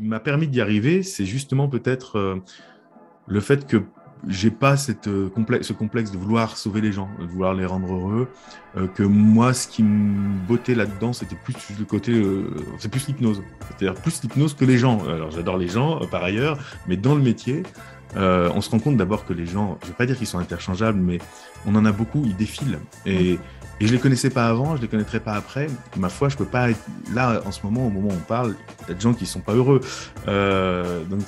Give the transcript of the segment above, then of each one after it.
m'a permis d'y arriver, c'est justement peut-être le fait que j'ai pas ce complexe de vouloir sauver les gens, de vouloir les rendre heureux, que moi, ce qui me bottait là-dedans, c'était plus le côté, c'est plus l'hypnose. C'est-à-dire plus l'hypnose que les gens. Alors, j'adore les gens, par ailleurs, mais dans le métier, on se rend compte d'abord que les gens, je vais pas dire qu'ils sont interchangeables, mais on en a beaucoup, ils défilent. Et je les connaissais pas avant, je les connaîtrais pas après. Ma foi, je peux pas être là, en ce moment, au moment où on parle, il y a des gens qui sont pas heureux. Donc,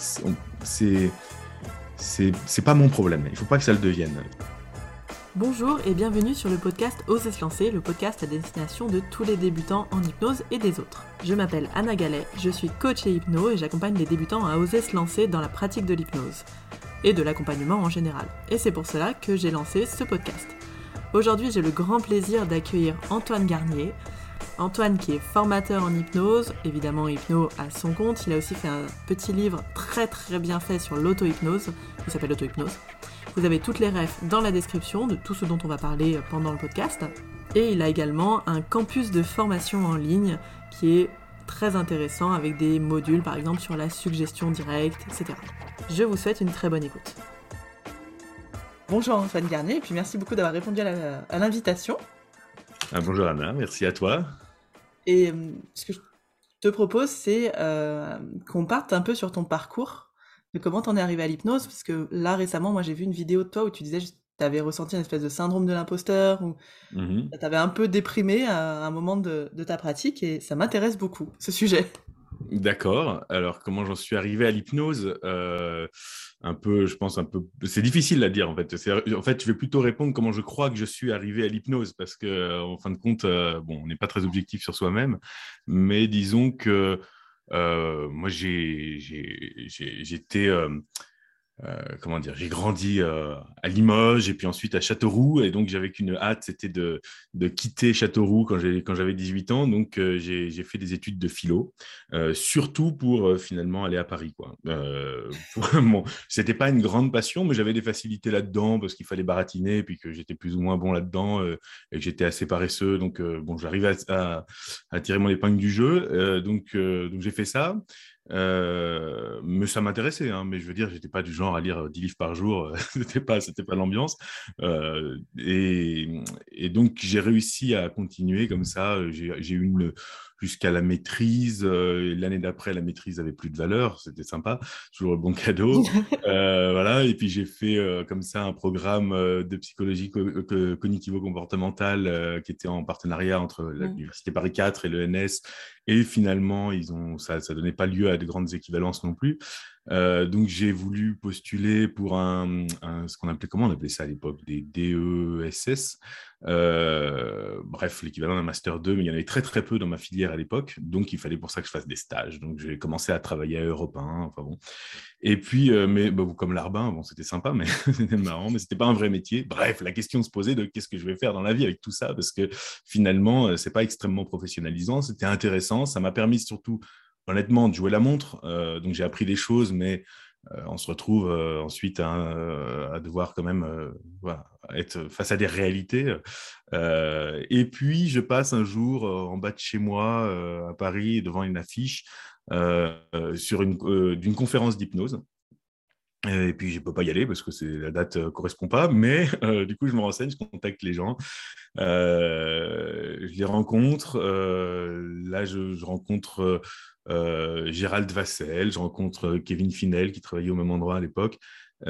c'est pas mon problème. Il faut pas que ça le devienne. Bonjour et bienvenue sur le podcast Oser se lancer, le podcast à destination de tous les débutants en hypnose et des autres. Je m'appelle Anna Gallet, je suis coach et hypno et j'accompagne les débutants à oser se lancer dans la pratique de l'hypnose et de l'accompagnement en général. Et c'est pour cela que j'ai lancé ce podcast. Aujourd'hui, j'ai le grand plaisir d'accueillir Antoine Garnier. Antoine qui est formateur en hypnose, évidemment hypno à son compte, il a aussi fait un petit livre très bien fait sur l'auto-hypnose, qui s'appelle Auto-hypnose. Vous avez toutes les refs dans la description de tout ce dont on va parler pendant le podcast. Et il a également un campus de formation en ligne qui est très intéressant avec des modules par exemple sur la suggestion directe, etc. Je vous souhaite une très bonne écoute. Bonjour Antoine Garnier, et puis merci beaucoup d'avoir répondu à l'invitation. Bonjour Anna, merci à toi. Et ce que je te propose, c'est qu'on parte un peu sur ton parcours, de comment t'en es arrivé à l'hypnose, parce que là, récemment, moi, j'ai vu une vidéo de toi où tu disais que t'avais ressenti une espèce de syndrome de l'imposteur, où t'avais un peu déprimé à un moment de ta pratique, et ça m'intéresse beaucoup, ce sujet. D'accord. Alors, comment j'en suis arrivé à l'hypnose un peu, je pense un peu. C'est difficile à dire en fait. En fait, je vais plutôt répondre comment je crois que je suis arrivé à l'hypnose, parce que en fin de compte, bon, on n'est pas très objectif sur soi-même, mais disons que moi, j'étais comment dire, j'ai grandi à Limoges et puis ensuite à Châteauroux, et donc j'avais qu'une hâte, c'était de quitter Châteauroux quand j'avais 18 ans. Donc j'ai fait des études de philo, surtout pour finalement aller à Paris, quoi. Bon, c'était pas une grande passion, mais j'avais des facilités là-dedans parce qu'il fallait baratiner, et puis que j'étais plus ou moins bon là-dedans, et que j'étais assez paresseux. Donc bon, j'arrivais à tirer mon épingle du jeu. Donc j'ai fait ça. Mais ça m'intéressait, hein, mais je veux dire, j'étais pas du genre à lire 10 livres par jour, c'était pas l'ambiance. Et donc, j'ai réussi à continuer comme ça. J'ai eu jusqu'à la maîtrise. L'année d'après, la maîtrise avait plus de valeur, c'était sympa, toujours le bon cadeau. Voilà, et puis j'ai fait comme ça un programme de psychologie cognitivo-comportementale qui était en partenariat entre l'Université Paris 4 et l'ENS. Et finalement, ça donnait pas lieu à de grandes équivalences non plus. Donc, j'ai voulu postuler pour ce qu'on appelait, comment on appelait ça à l'époque, des DESS. Bref, l'équivalent d'un Master 2, mais il y en avait très peu dans ma filière à l'époque. Donc, il fallait pour ça que je fasse des stages. Donc, j'ai commencé à travailler à Europe 1, enfin bon. Et puis, mais comme Larbin, bon, c'était sympa, mais c'était marrant, mais c'était pas un vrai métier. Bref, la question se posait de qu'est-ce que je vais faire dans la vie avec tout ça, parce que finalement, c'est pas extrêmement professionnalisant. C'était intéressant, ça m'a permis surtout, honnêtement, de jouer la montre. Donc j'ai appris des choses, mais on se retrouve ensuite à devoir quand même voilà, être face à des réalités. Et puis je passe un jour en bas de chez moi à Paris devant une affiche d'une conférence d'hypnose. Et puis, je ne peux pas y aller parce que la date ne correspond pas. Mais du coup, je me renseigne, je contacte les gens. Je les rencontre. Là, je rencontre Gérald Vassel, je rencontre Kevin Finel qui travaillait au même endroit à l'époque.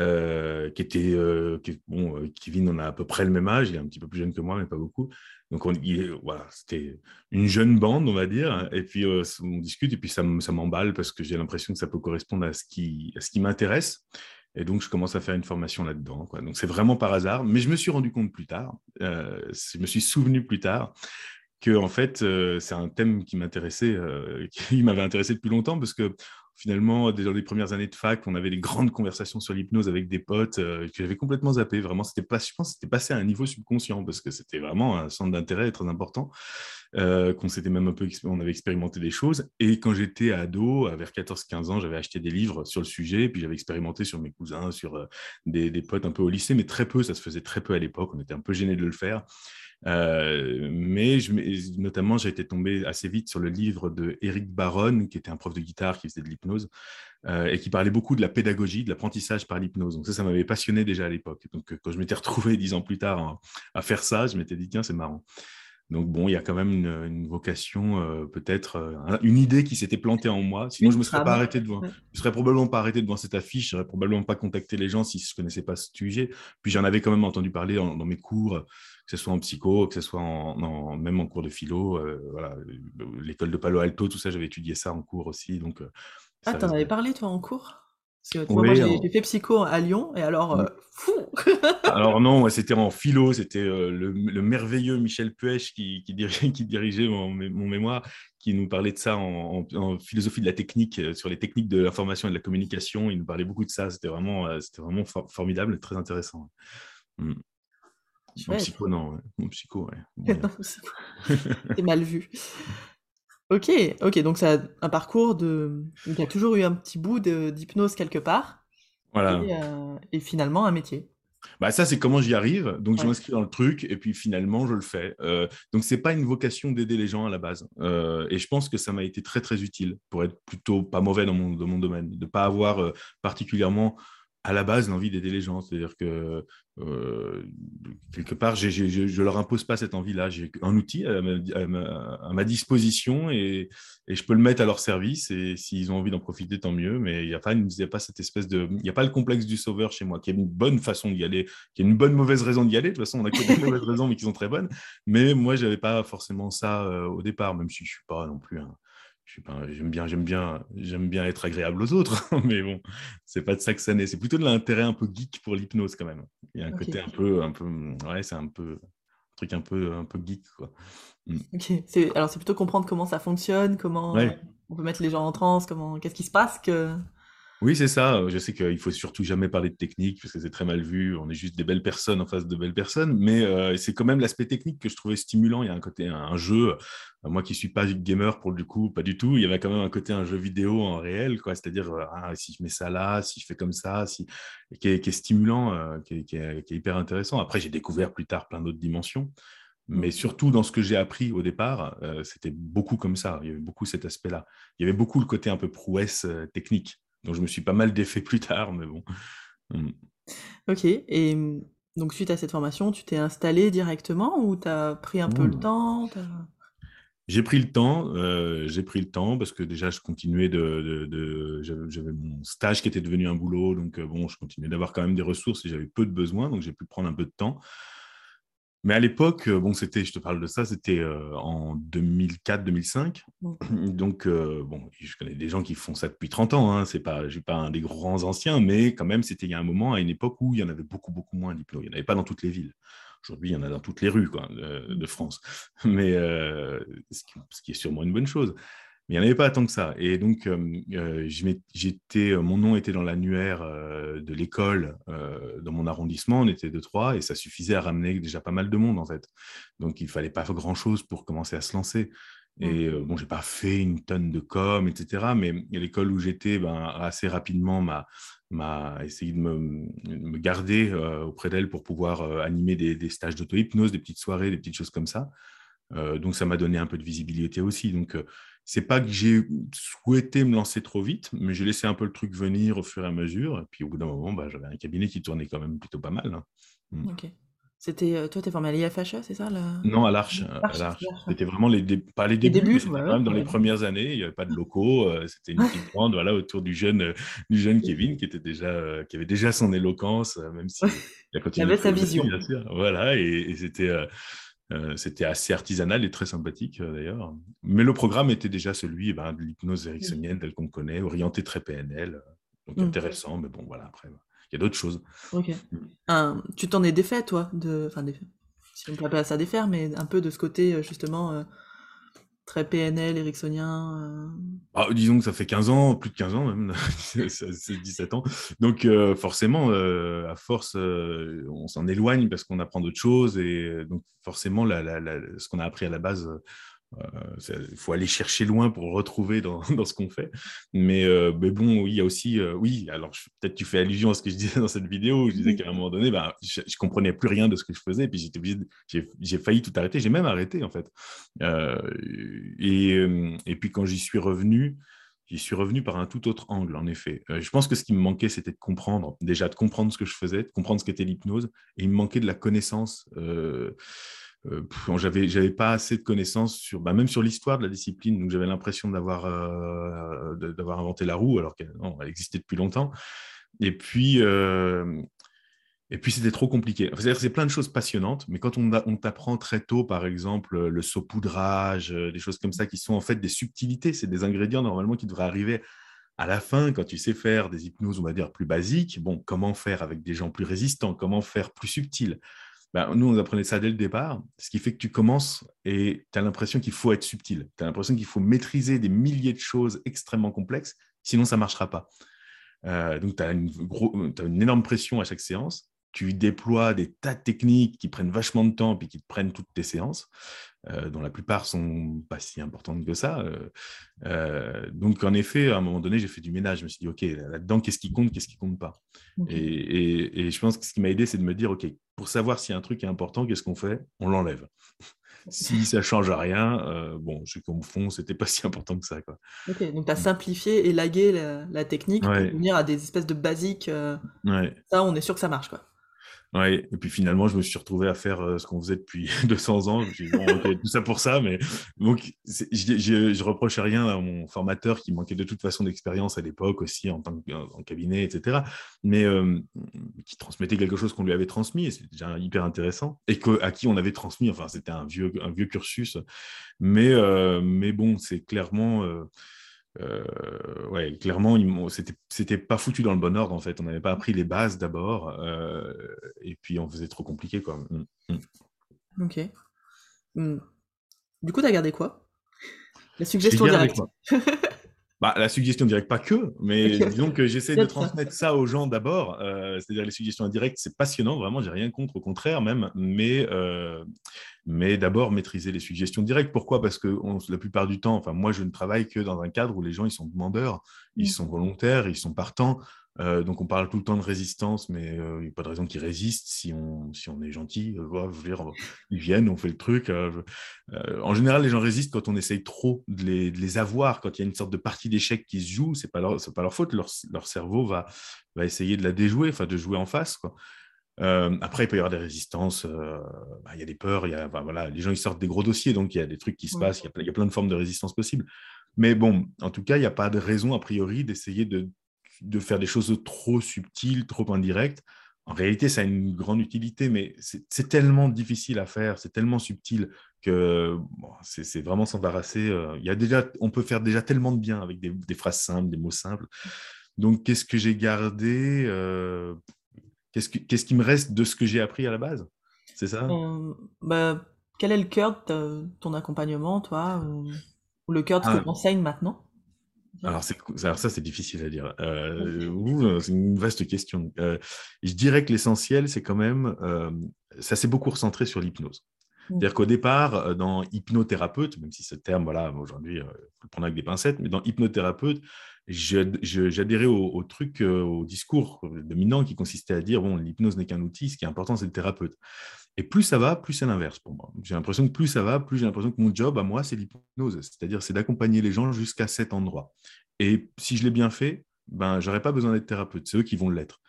Kevin, on a à peu près le même âge. Il est un petit peu plus jeune que moi, mais pas beaucoup. Donc, voilà, c'était une jeune bande, on va dire. Et puis, on discute et puis ça m'emballe parce que j'ai l'impression que ça peut correspondre à ce qui m'intéresse. Et donc, je commence à faire une formation là-dedans, quoi. Donc, c'est vraiment par hasard. Mais je me suis rendu compte plus tard, je me suis souvenu plus tard que, en fait, c'est un thème qui m'intéressait, qui m'avait intéressé depuis longtemps, parce que finalement, dans les premières années de fac, on avait des grandes conversations sur l'hypnose avec des potes que j'avais complètement zappé. Vraiment, je pense que c'était passé à un niveau subconscient parce que c'était vraiment un centre d'intérêt très important, qu'on s'était même on avait expérimenté des choses. Et quand j'étais ado, vers 14-15 ans, j'avais acheté des livres sur le sujet, et puis j'avais expérimenté sur mes cousins, sur des potes un peu au lycée, mais très peu, ça se faisait très peu à l'époque, on était un peu gênés de le faire. Notamment, j'ai été tombé assez vite sur le livre de Eric Baron, qui était un prof de guitare qui faisait de l'hypnose, et qui parlait beaucoup de la pédagogie, de l'apprentissage par l'hypnose. Donc ça m'avait passionné déjà à l'époque. Donc quand je m'étais retrouvé 10 ans plus tard à faire ça, je m'étais dit, tiens, c'est marrant. Donc bon, il y a quand même une vocation, peut-être une idée qui s'était plantée en moi. Sinon, je me serais pas arrêté devant. Ouais. Je serais probablement pas arrêté devant cette affiche. J'aurais probablement pas contacté les gens si je connaissais pas ce sujet. Puis j'en avais quand même entendu parler dans mes cours, que ce soit en psycho, que ce soit même en cours de philo. Voilà, l'école de Palo Alto, tout ça, j'avais étudié ça en cours aussi. Donc Ah, ça t'en reste. avais parlé, toi, en cours? Parce que tu vois, moi, Oui. j'ai fait psycho à Lyon, et alors, fou! Alors non, moi, c'était en philo, c'était le merveilleux Michel Puech qui dirigeait mon mémoire, qui nous parlait de ça en philosophie de la technique, sur les techniques de l'information et de la communication. Il nous parlait beaucoup de ça, c'était vraiment formidable et très intéressant. Mm. En Chouette. psycho, non, ouais. En psycho, ouais. Moyen. C'est mal vu. Ok, ok, donc ça a un parcours de... Il y a toujours eu un petit bout d'hypnose quelque part, Voilà. et finalement un métier. Bah, ça, c'est comment j'y arrive. Donc, je Ouais. m'inscris dans le truc et puis finalement, je le fais. Donc, c'est pas une vocation d'aider les gens à la base. Et je pense que ça m'a été très, très utile pour être plutôt pas mauvais dans mon domaine, de pas avoir particulièrement à la base l'envie d'aider les gens. C'est-à-dire que euh, quelque part, je leur impose pas cette envie-là. J'ai un outil à ma disposition et je peux le mettre à leur service. Et s'ils ont envie d'en profiter, tant mieux. Mais il y a pas cette espèce de, il n'y a pas le complexe du sauveur chez moi, qui a une bonne façon d'y aller, qui a une bonne mauvaise raison d'y aller. De toute façon, on a que des mauvaises raisons, mais qui sont très bonnes. Mais moi, j'avais pas forcément ça au départ, même si je suis pas non plus je suis pas, j'aime bien être agréable aux autres, mais bon, c'est pas de ça que ça naît. C'est plutôt de l'intérêt un peu geek pour l'hypnose quand même. Il y a un Ok, côté ouais, c'est un truc un peu geek, quoi. Mm. ok. Alors c'est plutôt comprendre comment ça fonctionne, comment Ouais. on peut mettre les gens en transe, qu'est-ce qui se passe que... Oui, c'est ça. Je sais qu'il faut surtout jamais parler de technique parce que c'est très mal vu. On est juste des belles personnes en face de belles personnes, mais c'est quand même l'aspect technique que je trouvais stimulant. Il y a un côté, un jeu. Moi qui suis pas gamer pour le coup, pas du tout. Il y avait quand même un côté un jeu vidéo en réel, quoi. C'est-à-dire, si je mets ça là, si je fais comme ça, qui est stimulant, qui est hyper intéressant. Après, j'ai découvert plus tard plein d'autres dimensions. Mm. Mais surtout dans ce que j'ai appris au départ, c'était beaucoup comme ça. Il y avait beaucoup cet aspect-là. Il y avait beaucoup le côté un peu prouesse technique. Donc je me suis pas mal défait plus tard, mais bon. Mm. Ok, et donc suite à cette formation, tu t'es installé directement ou t'as pris un peu le Ouh. temps J'ai pris le temps parce que déjà je continuais j'avais mon stage qui était devenu un boulot, donc bon, je continuais d'avoir quand même des ressources et j'avais peu de besoins, donc j'ai pu prendre un peu de temps. Mais à l'époque, bon, je te parle de ça, c'était en 2004-2005. Mm. Donc, bon, je connais des gens qui font ça depuis 30 ans, hein, je ne suis pas un des grands anciens, mais quand même, c'était il y a un moment, à une époque où il y en avait beaucoup, beaucoup moins d'hypnos. Il n'y en avait pas dans toutes les villes. Aujourd'hui, il y en a dans toutes les rues, quoi, de France. Mais ce qui est sûrement une bonne chose. Mais il n'y en avait pas tant que ça. Et donc, mon nom était dans l'annuaire de l'école dans mon arrondissement. On était deux, trois, et ça suffisait à ramener déjà pas mal de monde, en fait. Donc, il ne fallait pas faire grand-chose pour commencer à se lancer. Mm. Et bon, je n'ai pas fait une tonne de com, etc. Mais l'école où j'étais, ben, assez rapidement, m'a essayé de me garder auprès d'elle pour pouvoir animer des stages d'auto-hypnose, des petites soirées, des petites choses comme ça. Donc, ça m'a donné un peu de visibilité aussi. Donc, c'est pas que j'ai souhaité me lancer trop vite, mais j'ai laissé un peu le truc venir au fur et à mesure. Et puis, au bout d'un moment, bah, j'avais un cabinet qui tournait quand même plutôt pas mal, hein. Mm. Ok. C'était, toi, t'es formé à l'IFHE, c'est ça, Non, à l'Arche. À Arche, c'est l'Arche. l'Arche, ouais. C'était vraiment pas les Les débuts, mais débuts, c'était ouais, quand ouais, même dans les ouais. premières années. Il n'y avait pas de locaux. C'était une petite bande, voilà, autour du jeune Kevin qui avait déjà son éloquence, même si il a Il continué de avait sa progresser, vision. bien sûr. Voilà, et c'était assez artisanal et très sympathique d'ailleurs. Mais le programme était déjà celui de l'hypnose Oui. ericksonienne telle qu'on le connaît, orienté très PNL. Donc Mm. intéressant, mais bon, voilà, après, il y a d'autres choses. Ok. Tu t'en es défait, toi, enfin défait, si on peut appeler ça défaire, mais un peu de ce côté, justement, très PNL, ericksonien. Disons que ça fait 15 ans, plus de 15 ans même, c'est 17 ans. Donc forcément, à force, on s'en éloigne parce qu'on apprend d'autres choses. Et donc forcément, ce qu'on a appris à la base Il faut aller chercher loin pour le retrouver dans ce qu'on fait. Mais bon, oui, il y a aussi, oui, alors peut-être tu fais allusion à ce que je disais dans cette vidéo, où je disais qu'à un moment donné, bah, je ne comprenais plus rien de ce que je faisais, et puis j'ai failli tout arrêter, j'ai même arrêté en fait. Euh, et puis quand j'y suis revenu par un tout autre angle, en effet. Je pense que ce qui me manquait, c'était de comprendre, déjà de comprendre ce que je faisais, de comprendre ce qu'était l'hypnose, et il me manquait de la connaissance. J'avais pas assez de connaissances sur, bah, même sur l'histoire de la discipline, donc j'avais l'impression d'avoir inventé la roue, alors qu'elle non, elle existait depuis longtemps. Et puis, euh, et puis c'était trop compliqué. Enfin, c'est-à-dire que c'est plein de choses passionnantes, mais quand on t'apprend très tôt, par exemple, le saupoudrage, des choses comme ça, qui sont en fait des subtilités, c'est des ingrédients normalement qui devraient arriver à la fin, quand tu sais faire des hypnoses, on va dire, plus basiques. Bon, comment faire avec des gens plus résistants, comment faire plus subtil. Ben, nous, on apprenait ça dès le départ, ce qui fait que tu commences et tu as l'impression qu'il faut être subtil. Tu as l'impression qu'il faut maîtriser des milliers de choses extrêmement complexes, sinon ça ne marchera pas. Donc, t'as une énorme pression à chaque séance. Tu déploies des tas de techniques qui prennent vachement de temps et qui te prennent toutes tes séances, dont la plupart sont pas si importantes que ça. Donc, en effet, à un moment donné, j'ai fait du ménage. Je me suis dit, OK, là-dedans, qu'est-ce qui compte pas? Ok. Et je pense que ce qui m'a aidé, c'est de me dire, OK, pour savoir si un truc est important, qu'est-ce qu'on fait? On l'enlève. Si ça change à rien, bon, je suis comme au fond, c'était pas si important que ça, quoi. Ok, donc tu as simplifié, élagué la technique pour Ouais, revenir à des espèces de basiques. ouais. Ça, on est sûr que ça marche, quoi. Ouais, et puis finalement, je me suis retrouvé à faire ce qu'on faisait depuis 200 ans. Je me suis dit, bon, ok, tout ça pour ça, mais donc, je reproche rien à mon formateur qui manquait de toute façon d'expérience à l'époque aussi en cabinet, etc. Mais qui transmettait quelque chose qu'on lui avait transmis, et c'était déjà hyper intéressant, et à qui on avait transmis, enfin, c'était un vieux cursus. Mais bon, c'est clairement. Ouais, clairement, c'était pas foutu dans le bon ordre en fait. On n'avait pas appris les bases d'abord, et puis on faisait trop compliqué quoi. Mm. Ok. Hmm. Du coup, t'as gardé quoi? La J'ai suggestion gardé directe. quoi? Bah, la suggestion directe, pas que, mais Ok. disons que j'essaie Il y de a de ça. transmettre ça aux gens d'abord. C'est-à-dire les suggestions indirectes, c'est passionnant, vraiment, j'ai rien contre, au contraire même, mais d'abord maîtriser les suggestions directes. Pourquoi? Parce que la plupart du temps, enfin moi je ne travaille que dans un cadre où les gens ils sont demandeurs, ils Hmm. sont volontaires, ils sont partants. Donc on parle tout le temps de résistance, mais il n'y a pas de raison qu'ils résistent si on est gentil. Voilà, je veux dire, ils viennent, on fait le truc. En général, les gens résistent quand on essaye trop de les avoir, quand il y a une sorte de partie d'échecs qui se joue, c'est pas leur faute, leur cerveau va essayer de la déjouer, enfin de jouer en face, quoi. Après, il peut y avoir des résistances, bah, il y a des peurs, bah, voilà, les gens ils sortent des gros dossiers, donc il y a des trucs qui se Ouais. passent, il y a plein de formes de résistance possibles. Mais bon, en tout cas, il n'y a pas de raison a priori d'essayer de faire des choses trop subtiles, trop indirectes. En réalité, ça a une grande utilité, mais c'est tellement difficile à faire, c'est tellement subtil que bon, c'est vraiment s'embarrasser. On peut faire déjà tellement de bien avec des phrases simples, des mots simples. Donc, qu'est-ce que j'ai gardé qu'est-ce qui me reste de ce que j'ai appris à la base? C'est ça? Bah, quel est le cœur de ton accompagnement, toi, ou le cœur de ce que Ah, tu enseignes maintenant? alors ça, c'est difficile à dire. C'est une vaste question. Je dirais que l'essentiel, c'est quand même, ça s'est beaucoup recentré sur l'hypnose. Mm. C'est-à-dire qu'au départ, dans hypnothérapeute, même si ce terme, voilà, aujourd'hui, il faut le prendre avec des pincettes, mais dans hypnothérapeute, j'adhérais au truc, au discours dominant qui consistait à dire, bon, l'hypnose n'est qu'un outil, ce qui est important, c'est le thérapeute. Et plus ça va, plus c'est l'inverse pour moi. J'ai l'impression que plus ça va, plus j'ai l'impression que mon job à moi, c'est l'hypnose. C'est-à-dire, c'est d'accompagner les gens jusqu'à cet endroit. Et si je l'ai bien fait, ben, j'aurais pas besoin d'être thérapeute. C'est eux qui vont l'être.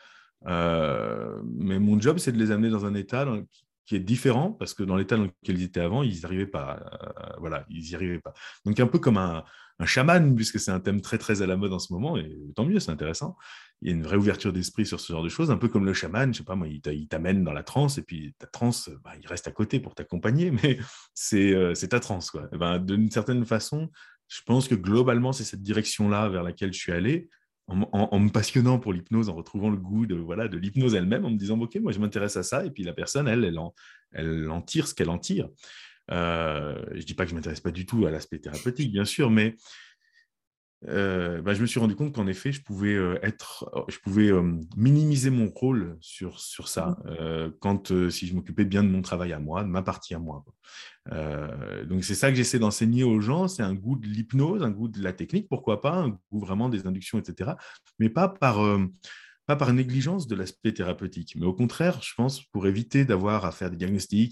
Mais mon job, c'est de les amener dans un état qui est différent parce que dans l'état dans lequel ils étaient avant, ils n'y arrivaient pas. Voilà, ils n'y arrivaient pas. Donc un peu comme un chaman, puisque c'est un thème très très à la mode en ce moment, et tant mieux, c'est intéressant. Il y a une vraie ouverture d'esprit sur ce genre de choses, un peu comme le chaman, je sais pas moi, il t'amène dans la transe, et puis ta transe, bah, il reste à côté pour t'accompagner, mais c'est ta transe, quoi. Et ben, d'une certaine façon, je pense que globalement, c'est cette direction-là vers laquelle je suis allé en me passionnant pour l'hypnose, en retrouvant le goût de, voilà, de l'hypnose elle-même, en me disant, OK, moi, je m'intéresse à ça, et puis la personne, elle en tire ce qu'elle en tire. Je ne dis pas que je ne m'intéresse pas du tout à l'aspect thérapeutique, bien sûr, mais je me suis rendu compte qu'en effet, je pouvais, minimiser mon rôle sur ça, si je m'occupais bien de mon travail à moi, de ma partie à moi, quoi. Donc, c'est ça que j'essaie d'enseigner aux gens, c'est un goût de l'hypnose, un goût de la technique, pourquoi pas, un goût vraiment des inductions, etc. Mais pas par négligence de l'aspect thérapeutique, mais au contraire, je pense, pour éviter d'avoir à faire des diagnostics,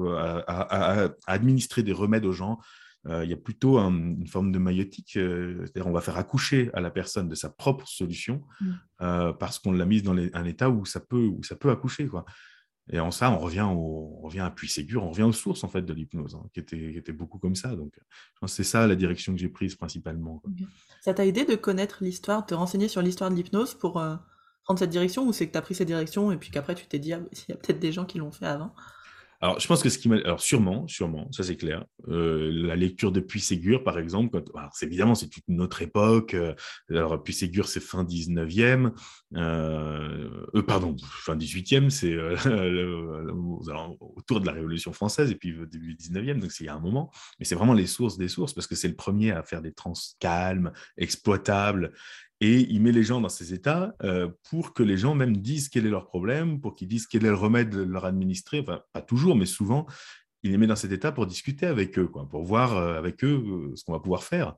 à administrer des remèdes aux gens. Il y a plutôt une forme de maïotique, c'est-à-dire on va faire accoucher à la personne de sa propre solution parce qu'on l'a mise dans un état où ça peut accoucher, quoi. Et en ça, on revient à Puységur, on revient aux sources en fait de l'hypnose, qui était beaucoup comme ça. Donc, je pense que c'est ça la direction que j'ai prise principalement, quoi. Ça t'a aidé de connaître l'histoire, de te renseigner sur l'histoire de l'hypnose pour prendre cette direction, ou c'est que t'as pris cette direction et puis qu'après tu t'es dit, ah, il y a peut-être des gens qui l'ont fait avant? Alors, je pense que alors sûrement, ça c'est clair. La lecture de Puységur, par exemple, évidemment, c'est toute une autre époque. Alors, Puységur, c'est fin 19e, pardon, fin 18e, c'est autour de la Révolution française, et puis début 19e, donc c'est il y a un moment. Mais c'est vraiment les sources des sources, parce que c'est le premier à faire des trans calmes, exploitables, et il met les gens dans ces états pour que les gens même disent quel est leur problème, pour qu'ils disent quel est le remède leur administrer. Enfin, pas toujours, mais souvent, il les met dans cet état pour discuter avec eux, quoi, pour voir avec eux ce qu'on va pouvoir faire.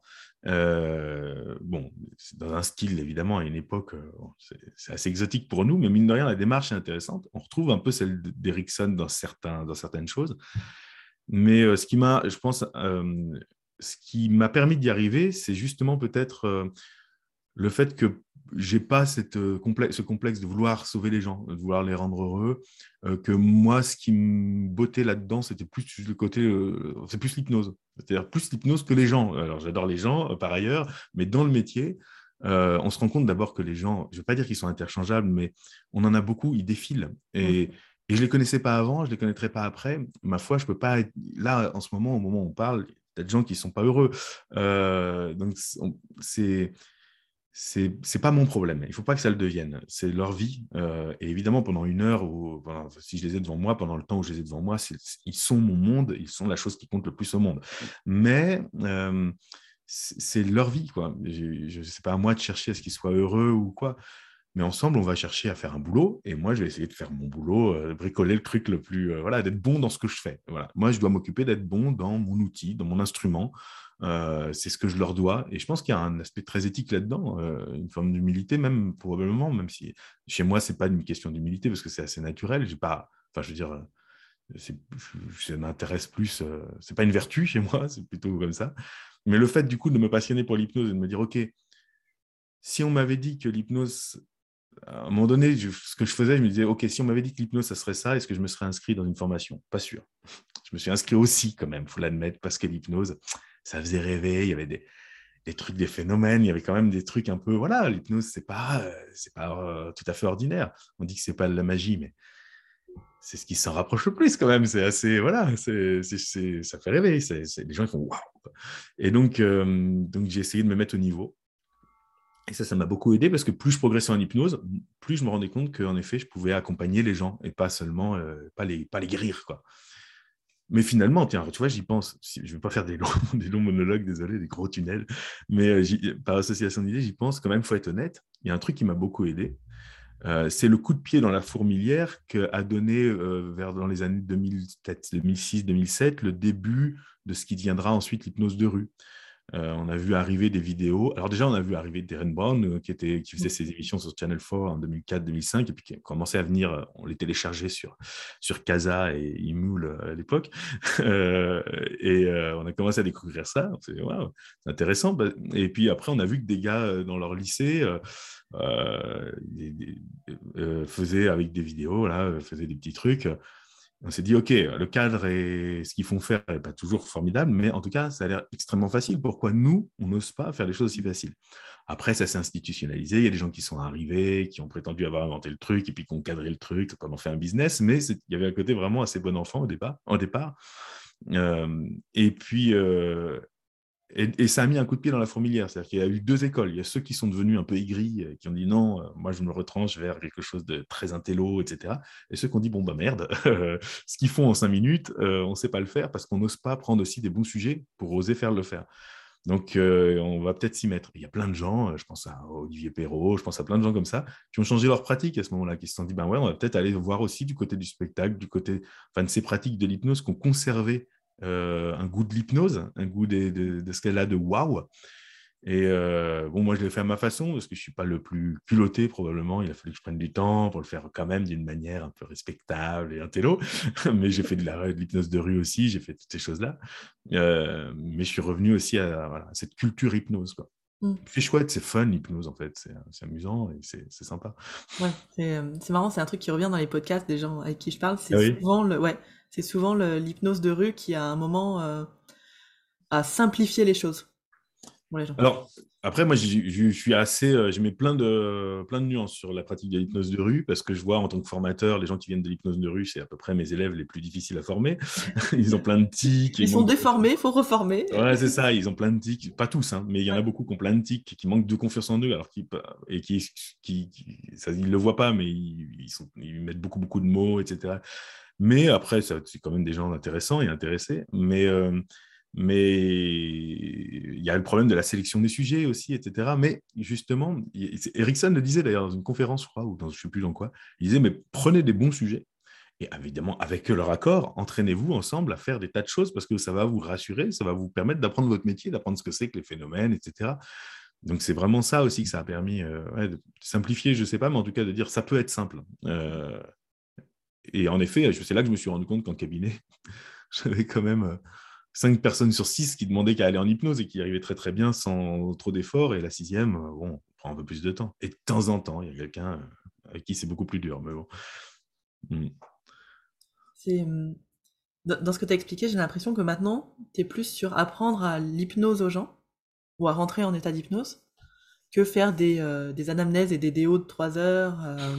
Bon, c'est dans un style, évidemment, à une époque, c'est assez exotique pour nous, mais mine de rien, la démarche est intéressante. On retrouve un peu celle d'Erickson dans certaines choses. Mais je pense, ce qui m'a permis d'y arriver, c'est justement peut-être le fait que j'ai pas ce complexe de vouloir sauver les gens, de vouloir les rendre heureux, que moi, ce qui me bottait là-dedans, c'était plus le côté, c'est plus l'hypnose. C'est-à-dire plus l'hypnose que les gens. Alors, j'adore les gens, par ailleurs, mais dans le métier, on se rend compte d'abord que les gens, je ne veux pas dire qu'ils sont interchangeables, mais on en a beaucoup, ils défilent. Et je ne les connaissais pas avant, je ne les connaîtrais pas après. Ma foi, je ne peux pas être là, en ce moment, au moment où on parle, il y a des gens qui ne sont pas heureux. Donc, c'est pas mon problème. Il faut pas que ça le devienne. C'est leur vie. Et évidemment, pendant une heure, si je les ai devant moi, pendant le temps où je les ai devant moi, ils sont mon monde, ils sont la chose qui compte le plus au monde. Mais c'est leur vie, quoi. C'est pas à moi de chercher à ce qu'ils soient heureux ou quoi. Mais ensemble, on va chercher à faire un boulot. Et moi, je vais essayer de faire mon boulot, bricoler le truc le plus, voilà, d'être bon dans ce que je fais. Voilà. Moi, je dois m'occuper d'être bon dans mon outil, dans mon instrument. C'est ce que je leur dois. Et je pense qu'il y a un aspect très éthique là-dedans, une forme d'humilité, même probablement, même si chez moi, c'est pas une question d'humilité parce que c'est assez naturel. J'ai pas, enfin, je veux dire, ça m'intéresse plus. C'est pas une vertu chez moi, c'est plutôt comme ça. Mais le fait du coup de me passionner pour l'hypnose et de me dire, ok, si on m'avait dit que l'hypnose à un moment donné, ce que je faisais, je me disais, OK, si on m'avait dit que l'hypnose, ça serait ça, est-ce que je me serais inscrit dans une formation? Pas sûr. Je me suis inscrit aussi, quand même, il faut l'admettre, parce que l'hypnose, ça faisait rêver, il y avait des trucs, des phénomènes, il y avait quand même des trucs un peu, voilà, l'hypnose, c'est pas tout à fait ordinaire. On dit que c'est pas de la magie, mais c'est ce qui s'en rapproche le plus, quand même. C'est assez, voilà, ça fait rêver. C'est des gens qui font waouh. Et donc, j'ai essayé de me mettre au niveau. Et ça m'a beaucoup aidé parce que plus je progressais en hypnose, plus je me rendais compte qu'en effet, je pouvais accompagner les gens et pas seulement, pas les guérir, quoi. Mais finalement, tiens, tu vois, j'y pense. Je ne vais pas faire des des longs monologues, désolé, des gros tunnels, mais par association d'idées, j'y pense quand même, il faut être honnête. Il y a un truc qui m'a beaucoup aidé. C'est le coup de pied dans la fourmilière qu'a donné dans les années 2006-2007 le début de ce qui deviendra ensuite l'hypnose de rue. On a vu arriver des vidéos. Alors déjà, on a vu arriver Darren Brown qui faisait ses émissions sur Channel 4 en 2004-2005 et puis qui commençait à venir, on les téléchargeait sur Casa et Imul à l'époque. On a commencé à découvrir ça. On s'est dit, wow, c'est intéressant. Et puis après, on a vu que des gars dans leur lycée faisaient avec des vidéos, là, faisaient des petits trucs. On s'est dit, OK, le cadre et ce qu'ils font faire n'est pas toujours formidable, mais en tout cas, ça a l'air extrêmement facile. Pourquoi nous, on n'ose pas faire des choses aussi faciles? Après, ça s'est institutionnalisé. Il y a des gens qui sont arrivés, qui ont prétendu avoir inventé le truc et puis qui ont cadré le truc, qui ont fait un business, mais il y avait un côté vraiment assez bon enfant au départ. Et puis, et ça a mis un coup de pied dans la fourmilière. C'est-à-dire qu'il y a eu deux écoles. Il y a ceux qui sont devenus un peu aigris, qui ont dit non, moi je me retranche vers quelque chose de très intello, etc. Et ceux qui ont dit bon, bah merde, ce qu'ils font en 5 minutes, on ne sait pas le faire parce qu'on n'ose pas prendre aussi des bons sujets pour oser faire le faire. Donc, on va peut-être s'y mettre. Il y a plein de gens, je pense à Olivier Perrault, je pense à plein de gens comme ça, qui ont changé leur pratique à ce moment-là, qui se sont dit, ben ouais, on va peut-être aller voir aussi du côté du spectacle, du côté, enfin, de ces pratiques de l'hypnose, qui ont conservé un goût de l'hypnose, un goût de ce qu'elle a de waouh. Et bon, moi, je l'ai fait à ma façon, parce que je ne suis pas le plus culotté, probablement. Il a fallu que je prenne du temps pour le faire quand même d'une manière un peu respectable et intello. Mais j'ai fait de l'hypnose de rue aussi, j'ai fait toutes ces choses-là. Mais je suis revenu aussi à, voilà, à cette culture hypnose, quoi. Mm. C'est chouette, c'est fun, l'hypnose, en fait. C'est amusant et c'est sympa. Ouais, c'est marrant, c'est un truc qui revient dans les podcasts des gens avec qui je parle. Ah oui. C'est souvent l'hypnose de rue qui, à un moment, a simplifié les choses pour les gens. Alors, après, moi, je suis assez. Je mets plein de nuances sur la pratique de l'hypnose de rue parce que je vois en tant que formateur, les gens qui viennent de l'hypnose de rue, c'est à peu près mes élèves les plus difficiles à former. Ils ont plein de tics, Ils ils sont manquent de déformés, confiance. faut reformer. Ouais, c'est ça, ils ont plein de tics, pas tous, hein, mais il y en a Ouais. beaucoup qui ont plein de tics, qui manquent de confiance en eux, alors et ça, ils le voient pas, mais ils mettent beaucoup de mots, etc. Mais après, c'est quand même des gens intéressants et intéressés. Mais il y a le problème de la sélection des sujets aussi, etc. Mais justement, Erickson le disait d'ailleurs dans une conférence, je crois, ou dans je ne sais plus dans quoi, il disait, mais prenez des bons sujets et évidemment, avec leur accord, entraînez-vous ensemble à faire des tas de choses parce que ça va vous rassurer, ça va vous permettre d'apprendre votre métier, d'apprendre ce que c'est que les phénomènes, etc. Donc, c'est vraiment ça aussi que ça a permis ouais, de simplifier, je ne sais pas, mais en tout cas de dire ça peut être simple. Et en effet, c'est là que je me suis rendu compte qu'en cabinet, j'avais quand même 5 personnes sur 6 qui demandaient qu'à aller en hypnose et qui arrivaient très très bien sans trop d'efforts. Et la sixième, bon, on prend un peu plus de temps. Et de temps en temps, il y a quelqu'un avec qui c'est beaucoup plus dur. Mais bon. Mm. C'est, dans ce que tu as expliqué, j'ai l'impression que maintenant, tu es plus sur apprendre à l'hypnose aux gens, ou à rentrer en état d'hypnose, que faire des anamnèses et des déos de 3 heures.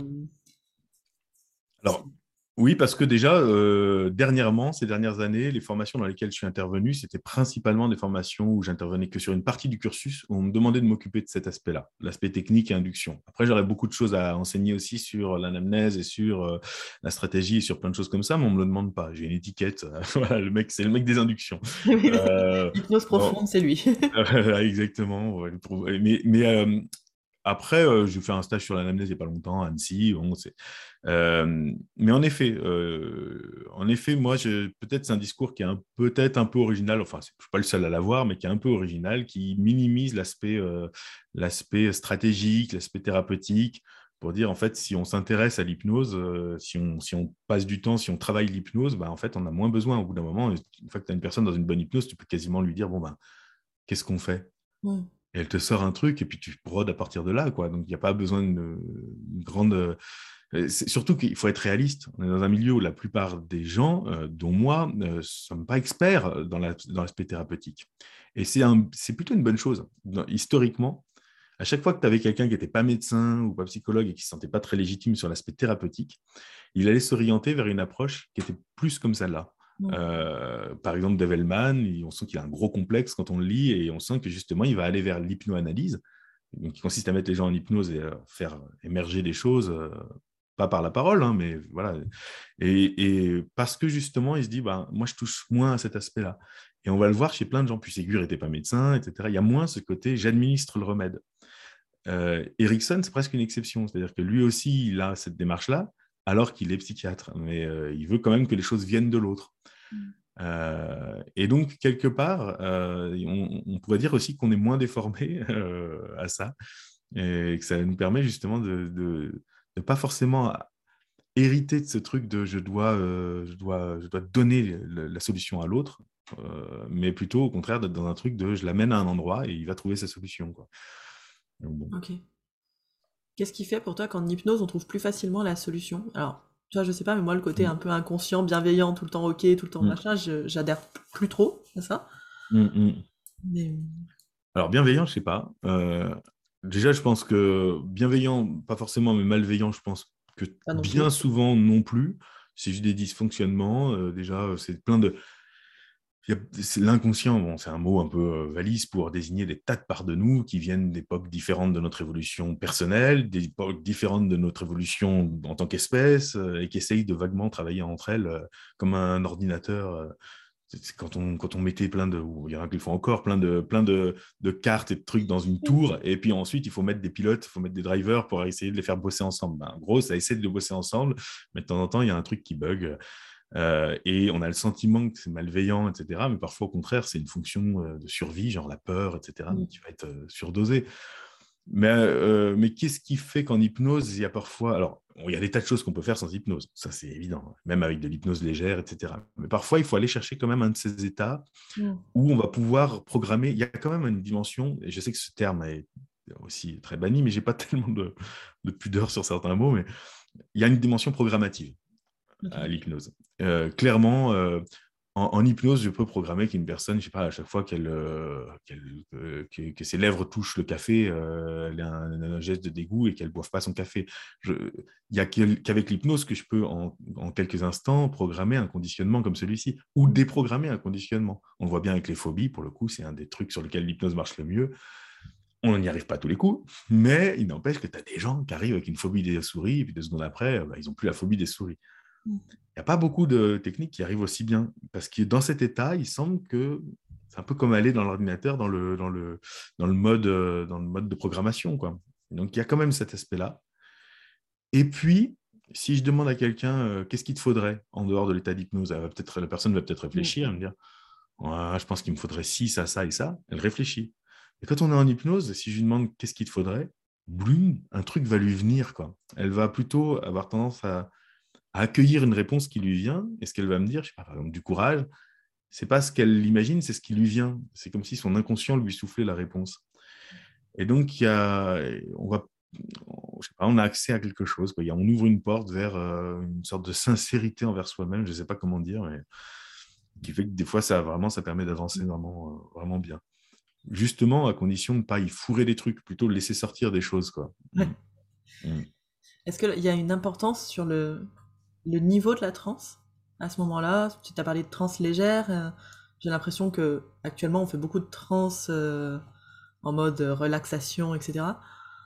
Alors, oui, parce que déjà, dernièrement, ces dernières années, les formations dans lesquelles je suis intervenu, c'était principalement des formations où j'intervenais que sur une partie du cursus, où on me demandait de m'occuper de cet aspect-là, l'aspect technique et induction. Après, j'aurais beaucoup de choses à enseigner aussi sur l'anamnèse et sur la stratégie et sur plein de choses comme ça, mais on ne me le demande pas. J'ai une étiquette, voilà, c'est le mec des inductions. L'hypnose Bon, profonde, c'est lui. exactement. Ouais, après, j'ai fait un stage sur l'anamnèse il n'y a pas longtemps à Annecy. Bon, mais en effet, moi, peut-être c'est un discours qui est peut-être un peu original. Enfin, je ne suis pas le seul à l'avoir, mais qui est un peu original, qui minimise l'aspect stratégique, l'aspect thérapeutique, pour dire en fait, si on s'intéresse à l'hypnose, si on passe du temps, si on travaille l'hypnose, bah, en fait, on a moins besoin. Au bout d'un moment, une fois que tu as une personne dans une bonne hypnose, tu peux quasiment lui dire bon ben, qu'est-ce qu'on fait? Mm. Et elle te sort un truc et puis tu brodes à partir de là, quoi. Donc, il n'y a pas besoin d'une grande. Surtout qu'il faut être réaliste. On est dans un milieu où la plupart des gens, dont moi, ne sommes pas experts dans l'aspect thérapeutique. Et c'est plutôt une bonne chose. Historiquement, à chaque fois que tu avais quelqu'un qui n'était pas médecin ou pas psychologue et qui ne se sentait pas très légitime sur l'aspect thérapeutique, il allait s'orienter vers une approche qui était plus comme celle-là. Mm. Par exemple, Develman, on sent qu'il a un gros complexe quand on le lit et on sent que justement, il va aller vers l'hypnoanalyse, donc qui consiste à mettre les gens en hypnose et faire émerger des choses, pas par la parole, hein, mais voilà. Et parce que justement, il se dit, bah, moi, je touche moins à cet aspect-là. Et on va le voir chez plein de gens. Puis Ségur n'était pas médecin, etc. Il y a moins ce côté, j'administre le remède. Erickson, c'est presque une exception. C'est-à-dire que lui aussi, il a cette démarche-là, alors qu'il est psychiatre. Mais il veut quand même que les choses viennent de l'autre. Et donc, quelque part, on pourrait dire aussi qu'on est moins déformé à ça, et que ça nous permet justement de pas forcément hériter de ce truc de je dois donner la solution à l'autre, mais plutôt au contraire d'être dans un truc de je l'amène à un endroit et il va trouver sa solution, quoi. Donc, bon. Ok. Qu'est-ce qui fait pour toi qu'en hypnose, on trouve plus facilement la solution? Alors, tu vois, je sais pas, mais moi, le côté un Mm. peu inconscient, bienveillant, tout le temps ok, tout le temps Mm. machin, j'adhère plus trop à ça. Mm. Mm. Mais... Alors, bienveillant, je sais pas. Déjà, je pense que bienveillant, pas forcément, mais malveillant, je pense que Pas non plus. bien souvent non plus. C'est juste des dysfonctionnements. Déjà, c'est plein de. C'est l'inconscient, bon, c'est un mot un peu valise pour désigner des tas de parts de nous qui viennent d'époques différentes de notre évolution personnelle, d'époques différentes de notre évolution en tant qu'espèce, et qui essayent de vaguement travailler entre elles comme un ordinateur C'est quand on mettait il y en a qui le font encore, plein de cartes et de trucs dans une tour, et puis ensuite, il faut mettre des pilotes, il faut mettre des drivers pour essayer de les faire bosser ensemble. En gros, ça essaie de bosser ensemble, mais de temps en temps, il y a un truc qui bug, et on a le sentiment que c'est malveillant, etc. Mais parfois, au contraire, c'est une fonction de survie, genre la peur, etc., qui va être surdosée. Mais qu'est-ce qui fait qu'en hypnose, il y a parfois... Alors, il y a des tas de choses qu'on peut faire sans hypnose, ça c'est évident, même avec de l'hypnose légère, etc. Mais parfois, il faut aller chercher quand même un de ces états où on va pouvoir programmer. Il y a quand même une dimension, et je sais que ce terme est aussi très banni, mais je n'ai pas tellement de pudeur sur certains mots, mais il y a une dimension programmative à l'hypnose. Clairement, en hypnose, je peux programmer qu'une personne, je sais pas, à chaque fois que ses lèvres touchent le café, elle a un geste de dégoût et qu'elle ne boive pas son café. Il n'y a qu'avec l'hypnose que je peux, en quelques instants, programmer un conditionnement comme celui-ci, ou déprogrammer un conditionnement. On le voit bien avec les phobies, pour le coup, c'est un des trucs sur lesquels l'hypnose marche le mieux. On n'y arrive pas tous les coups, mais il n'empêche que tu as des gens qui arrivent avec une phobie des souris, et puis 2 secondes après, ils n'ont plus la phobie des souris. Il n'y a pas beaucoup de techniques qui arrivent aussi bien, parce que dans cet état, il semble que c'est un peu comme aller dans l'ordinateur, dans le mode de programmation, quoi. Donc, il y a quand même cet aspect-là. Et puis, si je demande à quelqu'un qu'est-ce qu'il te faudrait en dehors de l'état d'hypnose, la personne va peut-être réfléchir, me dire ouais, je pense qu'il me faudrait ci, ça et ça. Elle réfléchit. Et quand on est en hypnose, si je lui demande qu'est-ce qu'il te faudrait, boum, un truc va lui venir, quoi. Elle va plutôt avoir tendance à accueillir une réponse qui lui vient. Et ce qu'elle va me dire, je sais pas, par exemple, du courage, c'est pas ce qu'elle imagine, c'est ce qui lui vient. C'est comme si son inconscient lui soufflait la réponse. Et donc, on a accès à quelque chose, quoi. On ouvre une porte vers une sorte de sincérité envers soi-même, je ne sais pas comment dire, mais qui fait que des fois, ça permet d'avancer vraiment, vraiment bien. Justement, à condition de ne pas y fourrer des trucs, plutôt de laisser sortir des choses, quoi. Ouais. Est-ce qu'il y a une importance sur le niveau de la transe à ce moment-là? Tu as parlé de transe légère. J'ai l'impression que actuellement on fait beaucoup de transe en mode relaxation, etc.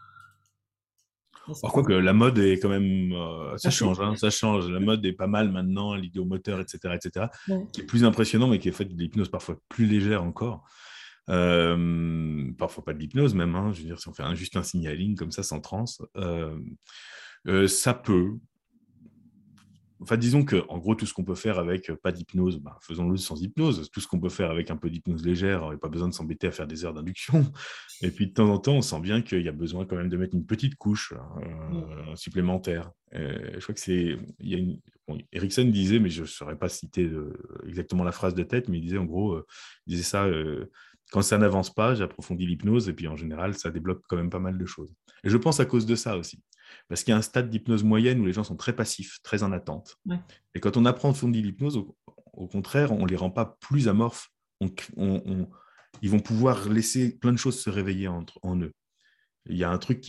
Par contre, la mode est quand même... ça change, hein, ça change. La mode est pas mal maintenant, l'idéomoteur, etc., Ouais. qui est plus impressionnant, mais qui est fait de l'hypnose parfois plus légère encore. Parfois pas de l'hypnose même, hein. Je veux dire, si on fait juste un signaling comme ça, sans transe, ça peut... Enfin, disons que, en gros, tout ce qu'on peut faire avec pas d'hypnose, faisons-le sans hypnose. Tout ce qu'on peut faire avec un peu d'hypnose légère, il n'y a pas besoin de s'embêter à faire des heures d'induction. Et puis, de temps en temps, on sent bien qu'il y a besoin quand même de mettre une petite couche supplémentaire. Je crois que c'est... Erickson disait, mais je ne saurais pas citer exactement la phrase de tête, mais il disait, en gros, il disait ça... quand ça n'avance pas, j'approfondis l'hypnose, et puis en général, ça débloque quand même pas mal de choses. Et je pense à cause de ça aussi. Parce qu'il y a un stade d'hypnose moyenne où les gens sont très passifs, très en attente. Ouais. Et quand on apprend à fonder l'hypnose, au contraire, on ne les rend pas plus amorphes. Ils vont pouvoir laisser plein de choses se réveiller en eux. Il y a un truc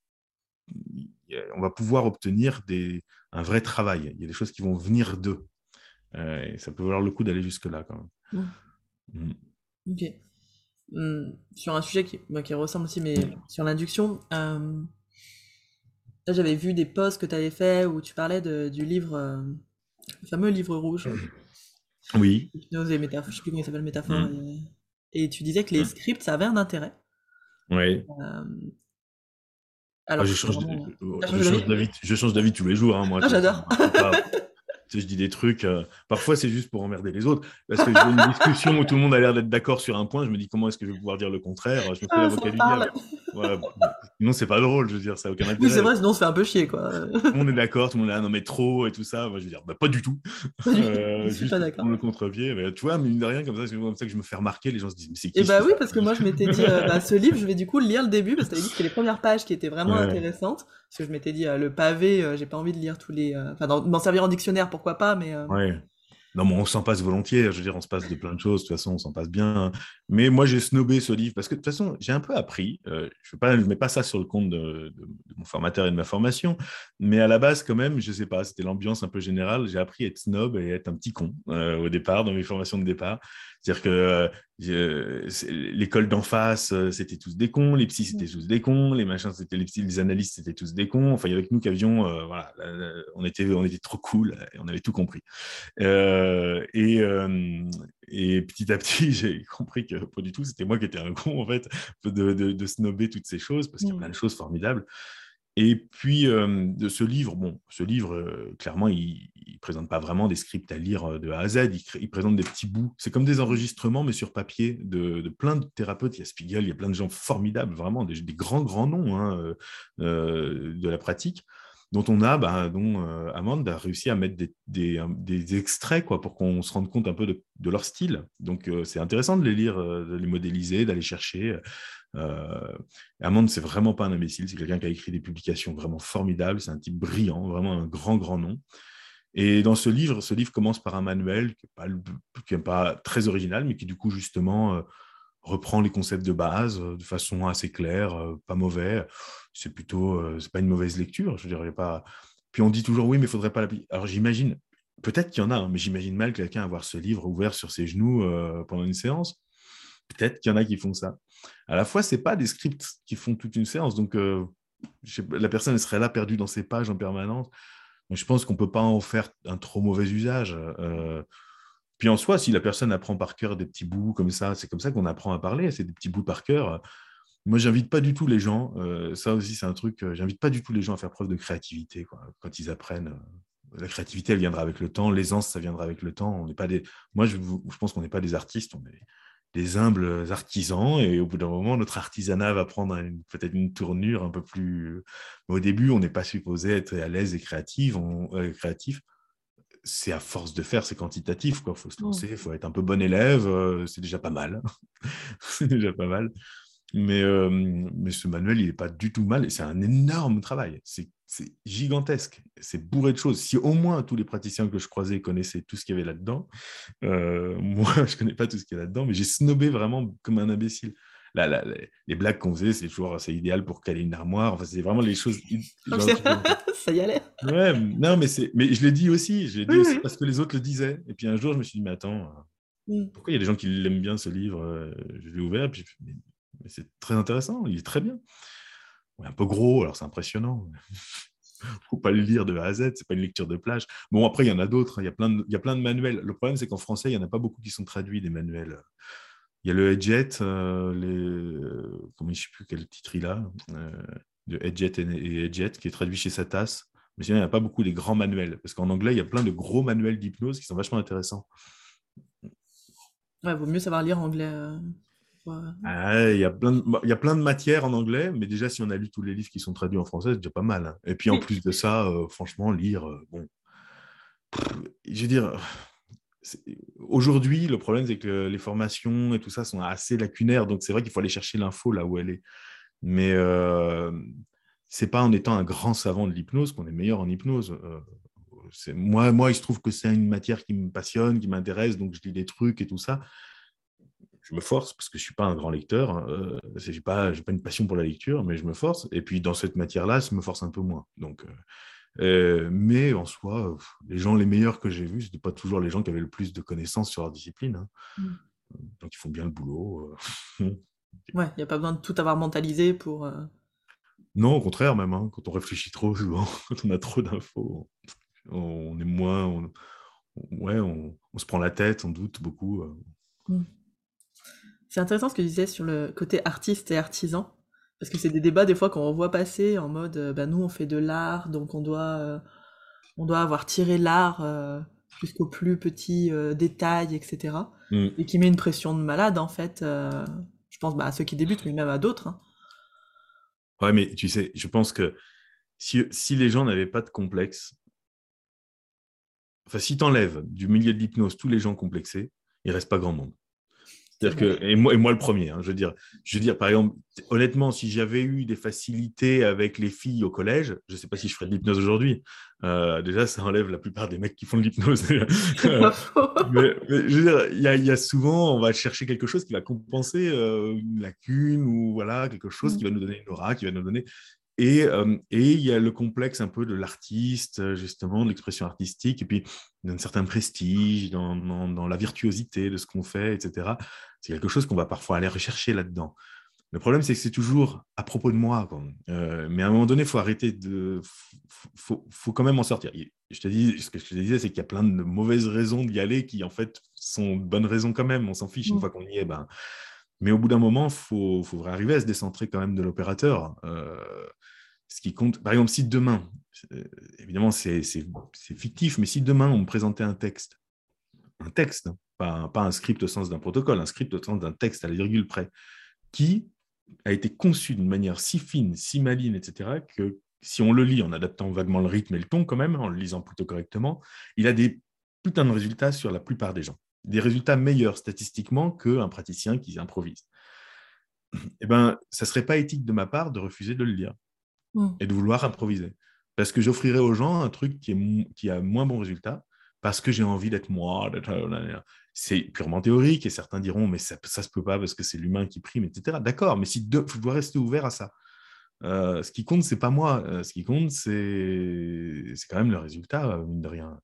on va pouvoir obtenir un vrai travail. Il y a des choses qui vont venir d'eux. Et ça peut valoir le coup d'aller jusque-là, quand même. Ok. Sur un sujet qui ressemble aussi, mais sur l'induction, là, j'avais vu des posts que tu avais fait où tu parlais du livre, le fameux livre rouge. Oui. Hypnose et métaphore, je sais plus comment il s'appelle, métaphore. Et tu disais que les scripts, ça avait un intérêt. Oui. Alors, je change d'avis tous les jours, hein, moi. Ah, j'adore. Je dis des trucs. Parfois, c'est juste pour emmerder les autres. Parce que j'ai une discussion où tout le monde a l'air d'être d'accord sur un point. Je me dis, comment est-ce que je vais pouvoir dire le contraire? Je me fais l'avocat du diable. Ouais, sinon, c'est pas drôle, je veux dire, ça n'a aucun intérêt. Oui, c'est vrai, sinon on se fait un peu chier, quoi. Tout le monde est d'accord, tout le monde est là, non mais trop et tout ça. Moi, je veux dire, pas du tout. Je suis juste pas pour d'accord. prendre le contre-pied. Mais, tu vois, mine de rien, comme ça, c'est comme ça que je me fais remarquer. Les gens se disent, mais c'est qui? Et bah oui, parce que moi je m'étais dit, ce livre, je vais du coup lire le début, parce que t'avais dit que c'était les premières pages qui étaient vraiment intéressantes. Parce que je m'étais dit, le pavé, j'ai pas envie de lire tous les. Enfin, m'en servir en dictionnaire, pourquoi pas, mais. Ouais. Non, mais on s'en passe volontiers. Je veux dire, on se passe de plein de choses. De toute façon, on s'en passe bien. Mais moi, j'ai snobé ce livre parce que de toute façon, j'ai un peu appris. Je ne mets pas ça sur le compte de mon formateur et de ma formation. Mais à la base, quand même, je ne sais pas, c'était l'ambiance un peu générale. J'ai appris à être snob et à être un petit con au départ, dans mes formations de départ. C'est-à-dire que l'école d'en face, c'était tous des cons, les psys, c'était tous des cons, les machins, c'était les psys, les analystes, c'était tous des cons. Enfin, il y avait que nous qui avions, voilà, on était trop cool et on avait tout compris. Euh, et, euh, et petit à petit, j'ai compris que pas du tout, c'était moi qui étais un con, en fait, de snobber toutes ces choses, parce qu'il y a plein de choses formidables. Et puis, de ce livre, clairement, il ne présente pas vraiment des scripts à lire de A à Z. Il présente des petits bouts. C'est comme des enregistrements, mais sur papier, de plein de thérapeutes. Il y a Spiegel, il y a plein de gens formidables, vraiment, des grands, grands noms hein, de la pratique, dont Amand a réussi à mettre des extraits quoi, pour qu'on se rende compte un peu de leur style. Donc, c'est intéressant de les lire, de les modéliser, d'aller chercher. Amand, c'est vraiment pas un imbécile, c'est quelqu'un qui a écrit des publications vraiment formidables, c'est un type brillant, vraiment un grand, grand nom. Et dans ce livre commence par un manuel qui n'est pas très original, mais qui du coup justement reprend les concepts de base de façon assez claire, pas mauvais. C'est pas une mauvaise lecture, je veux dire, il y a pas... Puis on dit toujours oui, mais il faudrait pas l'appliquer. Alors j'imagine, peut-être qu'il y en a, hein, mais j'imagine mal quelqu'un avoir ce livre ouvert sur ses genoux pendant une séance. Peut-être qu'il y en a qui font ça. À la fois, c'est pas des scripts qui font toute une séance, donc la personne elle serait là perdue dans ses pages en permanence. Mais je pense qu'on peut pas en faire un trop mauvais usage. Puis en soi, si la personne apprend par cœur des petits bouts comme ça, c'est comme ça qu'on apprend à parler, c'est des petits bouts par cœur. Moi, j'invite pas du tout les gens, ça aussi c'est un truc, j'invite pas du tout les gens à faire preuve de créativité quoi, quand ils apprennent. La créativité, elle viendra avec le temps, l'aisance, ça viendra avec le temps. On n'est pas des... Moi, je pense qu'on n'est pas des artistes, on est des humbles artisans, et au bout d'un moment, notre artisanat va prendre peut-être une tournure un peu plus... Mais au début, on n'est pas supposé être à l'aise et créatif. C'est à force de faire, c'est quantitatif, quoi. Faut se lancer, il faut être un peu bon élève, c'est déjà pas mal. C'est déjà pas mal. Mais ce manuel, il n'est pas du tout mal, et c'est un énorme travail. C'est gigantesque, c'est bourré de choses. Si au moins tous les praticiens que je croisais connaissaient tout ce qu'il y avait là-dedans, moi, je ne connais pas tout ce qu'il y a là-dedans, mais j'ai snobé vraiment comme un imbécile. Là, les blagues qu'on faisait, c'est toujours assez idéal pour caler une armoire. Enfin, c'est vraiment les choses. Genre, Ça y allait. ouais, non, mais je l'ai dit aussi. Je l'ai dit Oui, aussi oui. parce que les autres le disaient. Et puis un jour, je me suis dit, mais attends, pourquoi il y a des gens qui l'aiment bien ce livre Je l'ai ouvert, et puis mais c'est très intéressant, il est très bien. Ouais, un peu gros, alors c'est impressionnant. Faut pas le lire de A à Z, c'est pas une lecture de plage. Bon, après, il y en a d'autres, hein. Il y a plein de manuels. Le problème, c'est qu'en français, il n'y en a pas beaucoup qui sont traduits, des manuels. Il y a le Edget, comment je ne sais plus quel titre il a, de Edget et Edget, qui est traduit chez Satas. Mais sinon, il n'y a pas beaucoup des grands manuels. Parce qu'en anglais, il y a plein de gros manuels d'hypnose qui sont vachement intéressants. Ouais, vaut mieux savoir lire anglais. Ouais. Ah, il y a plein de matières en anglais, mais déjà, si on a lu tous les livres qui sont traduits en français, c'est déjà pas mal, hein. Et puis, en Oui. plus de ça, franchement, lire, bon, je veux dire, aujourd'hui, le problème, c'est que les formations et tout ça sont assez lacunaires. Donc, c'est vrai qu'il faut aller chercher l'info là où elle est. Mais c'est pas en étant un grand savant de l'hypnose qu'on est meilleur en hypnose. Moi, il se trouve que c'est une matière qui me passionne, qui m'intéresse, donc je lis des trucs et tout ça. Je me force parce que je suis pas un grand lecteur. Hein. J'ai pas une passion pour la lecture, mais je me force. Et puis dans cette matière-là, je me force un peu moins. Donc, mais en soi, les gens les meilleurs que j'ai vus, c'était pas toujours les gens qui avaient le plus de connaissances sur leur discipline. Hein. Mm. Donc ils font bien le boulot. Ouais, il n'y a pas besoin de tout avoir mentalisé pour. Non, au contraire même. Hein, quand on réfléchit trop souvent, quand on a trop d'infos, on est moins. Ouais, on se prend la tête, on doute beaucoup. Mm. C'est intéressant ce que tu disais sur le côté artiste et artisan, parce que c'est des débats des fois qu'on voit passer en mode, bah nous on fait de l'art, donc on doit avoir tiré l'art jusqu'au plus petit détail, etc. Mm. Et qui met une pression de malade en fait. Je pense bah, à ceux qui débutent, mais même à d'autres. Hein. Ouais, mais tu sais, je pense que si les gens n'avaient pas de complexe, enfin, si tu enlèves du milieu de l'hypnose tous les gens complexés, il reste pas grand monde. C'est C'est-à-dire vrai. que, et moi le premier, hein, je veux dire, par exemple, honnêtement, si j'avais eu des facilités avec les filles au collège, je ne sais pas si je ferais de l'hypnose aujourd'hui. Déjà, ça enlève la plupart des mecs qui font de l'hypnose. C'est pas faux. Mais je veux dire, il y a souvent, on va chercher quelque chose qui va compenser une lacune ou voilà, quelque chose qui va nous donner une aura, qui va nous donner. Et il y a le complexe un peu de l'artiste, justement, de l'expression artistique, et puis d'un certain prestige dans la virtuosité de ce qu'on fait, etc. C'est quelque chose qu'on va parfois aller rechercher là-dedans. Le problème, c'est que c'est toujours à propos de moi, quoi. Mais à un moment donné, il faut arrêter de... faut quand même en sortir. Je te dis, ce que je te disais, c'est qu'il y a plein de mauvaises raisons d'y aller qui, en fait, sont de bonnes raisons quand même. On s'en fiche une fois qu'on y est. Ben... Mais au bout d'un moment, faut arriver à se décentrer quand même de l'opérateur. Ce qui compte, par exemple, si demain, évidemment, c'est fictif, mais si demain, on me présentait un texte, hein, pas un script au sens d'un protocole, un script au sens d'un texte à la virgule près, qui a été conçu d'une manière si fine, si maligne, etc., que si on le lit en adaptant vaguement le rythme et le ton quand même, en le lisant plutôt correctement, il a des putains de résultats sur la plupart des gens. Des résultats meilleurs statistiquement qu'un praticien qui improvise. Eh ben, ça ne serait pas éthique de ma part de refuser de le lire et de vouloir improviser. Parce que j'offrirais aux gens un truc qui a moins bon résultat, parce que j'ai envie d'être moi. C'est purement théorique, et certains diront, mais ça se peut pas parce que c'est l'humain qui prime, etc. D'accord, mais je dois rester ouvert à ça. Ce qui compte, c'est pas moi. Ce qui compte, c'est quand même le résultat, mine de rien.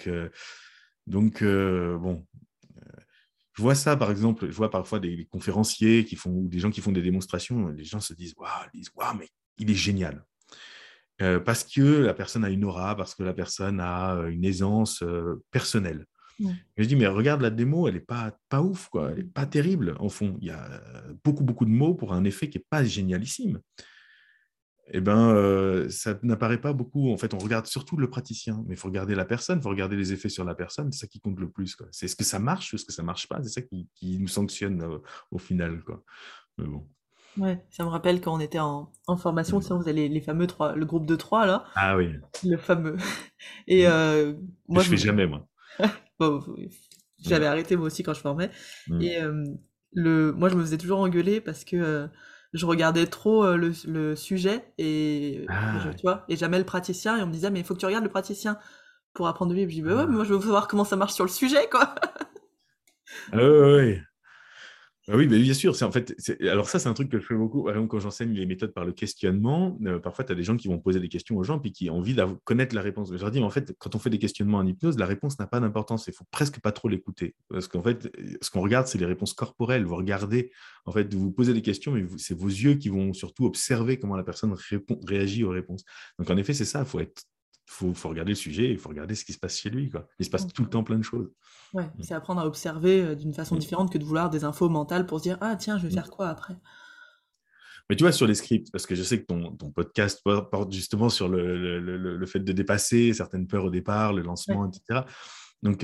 Bon, je vois ça, par exemple, je vois parfois des conférenciers ou des gens qui font des démonstrations, les gens se disent, waouh, mais il est génial. Parce que la personne a une aura, parce que la personne a une aisance personnelle. Et je dis, mais regarde la démo, elle n'est pas ouf, quoi. Elle n'est pas terrible, en fond. Il y a beaucoup, beaucoup de mots pour un effet qui n'est pas génialissime. Eh bien, ça n'apparaît pas beaucoup. En fait, on regarde surtout le praticien, mais il faut regarder la personne, il faut regarder les effets sur la personne, c'est ça qui compte le plus, quoi. C'est est-ce que ça marche ou est-ce que ça ne marche pas, c'est ça qui nous sanctionne au final, quoi. Mais bon. Ouais, ça me rappelle quand on était en formation, tu sais, on faisait les fameux trois, le groupe de trois, là, Ah oui. le fameux. Et Que moi, je fais jamais, moi. bon, j'avais arrêté moi aussi quand je formais. Et moi, je me faisais toujours engueuler parce que je regardais trop le sujet et Ah, tu vois, et jamais le praticien. Et on me disait, mais il faut que tu regardes le praticien pour apprendre de lui. Et je dis, bah ouais, mais moi, ah. je veux savoir comment ça marche sur le sujet, quoi. Ah ouais, ouais. Ah oui, mais bien sûr. Alors ça, c'est un truc que je fais beaucoup. Par exemple, quand j'enseigne les méthodes par le questionnement, parfois, tu as des gens qui vont poser des questions aux gens puis qui ont envie de connaître la réponse. Je leur dis, mais en fait, quand on fait des questionnements en hypnose, la réponse n'a pas d'importance. Il faut presque pas trop l'écouter. Parce qu'en fait, ce qu'on regarde, c'est les réponses corporelles. Vous regardez, en fait, vous posez des questions, mais c'est vos yeux qui vont surtout observer comment la personne réagit aux réponses. Donc, en effet, c'est ça. Faut regarder le sujet, il faut regarder ce qui se passe chez lui, quoi. Il se passe tout le temps plein de choses. Ouais, c'est apprendre à observer d'une façon Mm. différente que de vouloir des infos mentales pour se dire, ah tiens, je vais Mm. faire quoi après? Mais tu vois, sur les scripts, parce que je sais que ton podcast porte justement sur le fait de dépasser certaines peurs au départ, le Ouais. lancement, etc. Donc,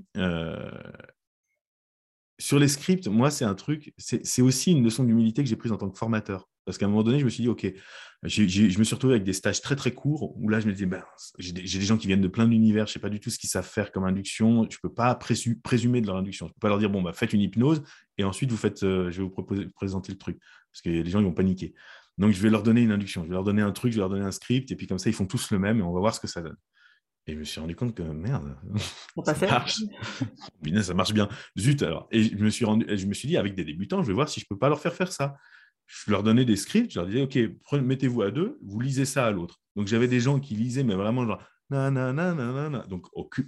sur les scripts, moi, c'est un truc, c'est aussi une leçon d'humilité que j'ai prise en tant que formateur. Parce qu'à un moment donné, je me suis dit, OK, je me suis retrouvé avec des stages très, très courts où là, je me disais, ben, j'ai des gens qui viennent de plein d'univers, je ne sais pas du tout ce qu'ils savent faire comme induction, je ne peux pas présumer de leur induction. Je ne peux pas leur dire, bon, bah, faites une hypnose et ensuite, je vais présenter le truc. Parce que les gens, ils vont paniquer. Donc, je vais leur donner une induction, je vais leur donner un truc, je vais leur donner un script, et puis comme ça, ils font tous le même et on va voir ce que ça donne. Et je me suis rendu compte que merde, Pour ça passer. marche. Punaise, ça marche bien. Zut alors. Et je me suis dit, avec des débutants, je vais voir si je peux pas leur faire ça. Je leur donnais des scripts, je leur disais, OK, mettez-vous à deux, vous lisez ça à l'autre. Donc j'avais des gens qui lisaient, mais vraiment genre, nanana, nanana. Donc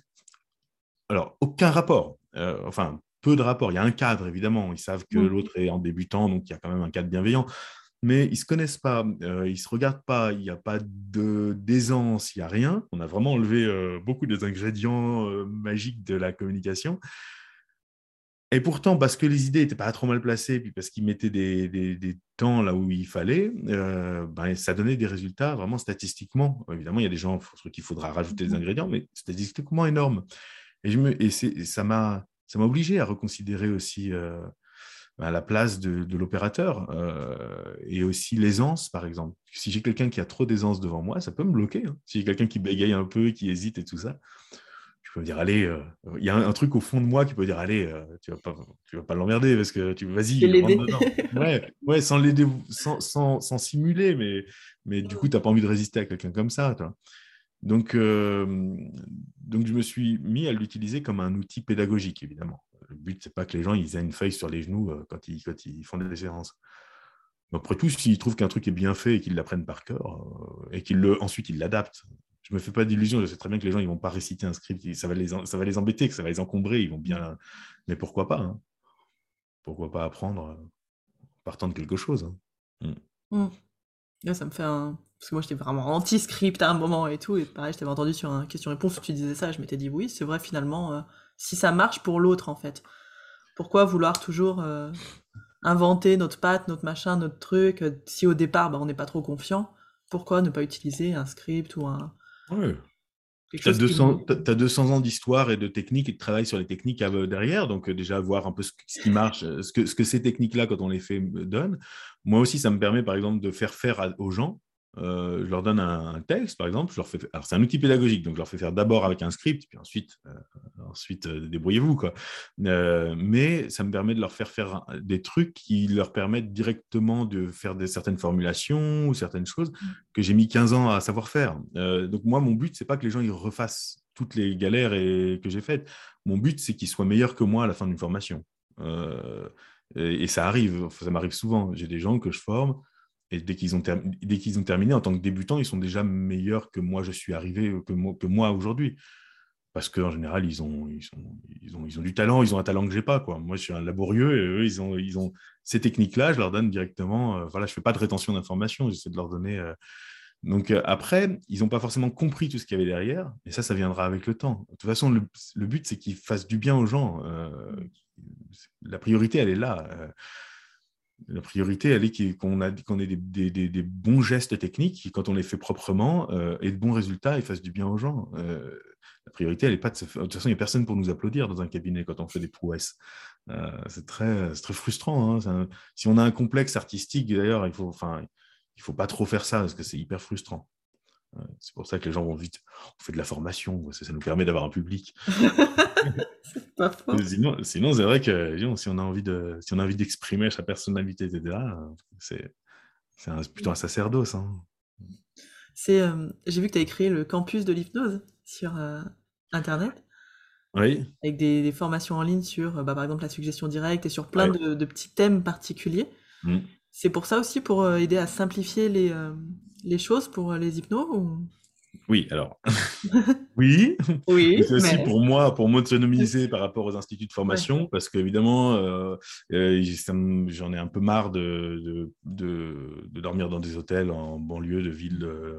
aucun rapport. Enfin, peu de rapport. Il y a un cadre, évidemment. Ils savent que Mm. l'autre est en débutant, donc il y a quand même un cadre bienveillant. Mais ils ne se connaissent pas, ils ne se regardent pas, il n'y a pas d'aisance, il n'y a rien. On a vraiment enlevé beaucoup des ingrédients magiques de la communication. Et pourtant, parce que les idées n'étaient pas trop mal placées, puis parce qu'ils mettaient des temps là où il fallait, ben, ça donnait des résultats vraiment statistiquement. Évidemment, il y a des gens sur qui il faudra rajouter des ingrédients, mais statistiquement énorme. Ça m'a obligé à reconsidérer aussi la place de l'opérateur et aussi l'aisance, par exemple. Si j'ai quelqu'un qui a trop d'aisance devant moi, ça peut me bloquer, hein. Si j'ai quelqu'un qui bégaye un peu, qui hésite et tout ça, je peux me dire, allez, il y a un truc au fond de moi qui peut dire, allez, tu vas pas l'emmerder parce que Je vais vas-y, rentre l'aider. dedans. Ouais, ouais, sans l'aider, sans simuler, mais du coup, tu n'as pas envie de résister à quelqu'un comme ça, toi. Donc, je me suis mis à l'utiliser comme un outil pédagogique, évidemment. Le but, c'est pas que les gens ils aient une feuille sur les genoux quand ils font des séances. Après tout, s'ils trouvent qu'un truc est bien fait et qu'ils l'apprennent par cœur, et ensuite ils l'adaptent. Je me fais pas d'illusions, je sais très bien que les gens ils vont pas réciter un script, ça va les embêter, que ça va les encombrer, ils vont bien. Mais pourquoi pas, hein. Pourquoi pas apprendre partant de quelque chose, hein. Mm. Là, ça me fait un... Parce que moi, j'étais vraiment anti-script à un moment et tout, et pareil, je t'avais entendu sur un question-réponse où tu disais ça, et je m'étais dit, oui, c'est vrai, finalement, si ça marche pour l'autre, en fait, pourquoi vouloir toujours inventer notre patte, notre machin, notre truc, si au départ, bah, on n'est pas trop confiant, pourquoi ne pas utiliser un script ou Ouais. quelque Tu as chose qui... 200, t'as 200 ans d'histoire et de technique et de travail sur les techniques derrière. Donc, déjà, voir un peu ce qui marche, ce que ces techniques-là, quand on les fait, me donnent. Moi aussi, ça me permet, par exemple, de faire aux gens. Je leur donne un texte, par exemple. Alors, c'est un outil pédagogique. Donc, je leur fais faire d'abord avec un script, puis ensuite débrouillez-vous, quoi. Mais ça me permet de leur faire des trucs qui leur permettent directement de faire certaines formulations ou certaines choses que j'ai mis 15 ans à savoir faire. Donc moi, mon but, c'est pas que les gens ils refassent toutes les galères que j'ai faites. Mon but, c'est qu'ils soient meilleurs que moi à la fin d'une formation. Euh, et ça arrive, ça m'arrive souvent. J'ai des gens que je forme et dès qu'ils ont terminé en tant que débutants, ils sont déjà meilleurs que moi je suis arrivé, que moi aujourd'hui. Parce qu'en général, ils ont du talent, ils ont un talent que j'ai pas, quoi. Moi, je suis un laborieux et eux, ils ont ces techniques-là, je leur donne directement. Voilà, je fais pas de rétention d'informations, j'essaie de leur donner. Donc après, ils n'ont pas forcément compris tout ce qu'il y avait derrière, et ça viendra avec le temps. De toute façon, le but, c'est qu'ils fassent du bien aux gens. La priorité, elle est là. La priorité, elle est qu'on ait des bons gestes techniques qui, quand on les fait proprement, et de bons résultats et fassent du bien aux gens. La priorité, elle est pas de se faire... De toute façon, il n'y a personne pour nous applaudir dans un cabinet quand on fait des prouesses. C'est très frustrant, hein. Si on a un complexe artistique, d'ailleurs, il faut pas trop faire ça parce que c'est hyper frustrant. C'est pour ça que les gens vont vite. On fait de la formation, ça nous permet d'avoir un public. C'est pas faux. Sinon, c'est vrai que si on a envie d'exprimer sa personnalité, etc., plutôt un sacerdoce, hein. J'ai vu que tu as créé le campus de l'hypnose sur Internet, Oui, avec des formations en ligne sur, bah, par exemple, la suggestion directe et sur plein ouais. de petits thèmes particuliers. Mm. C'est pour ça aussi, pour aider à simplifier les choses pour les hypnos ou... Oui, alors, oui, mais Oui, c'est aussi mais... pour m'autonomiser par rapport aux instituts de Ouais. formation, parce qu'évidemment, j'en ai un peu marre de dormir dans des hôtels en banlieue de ville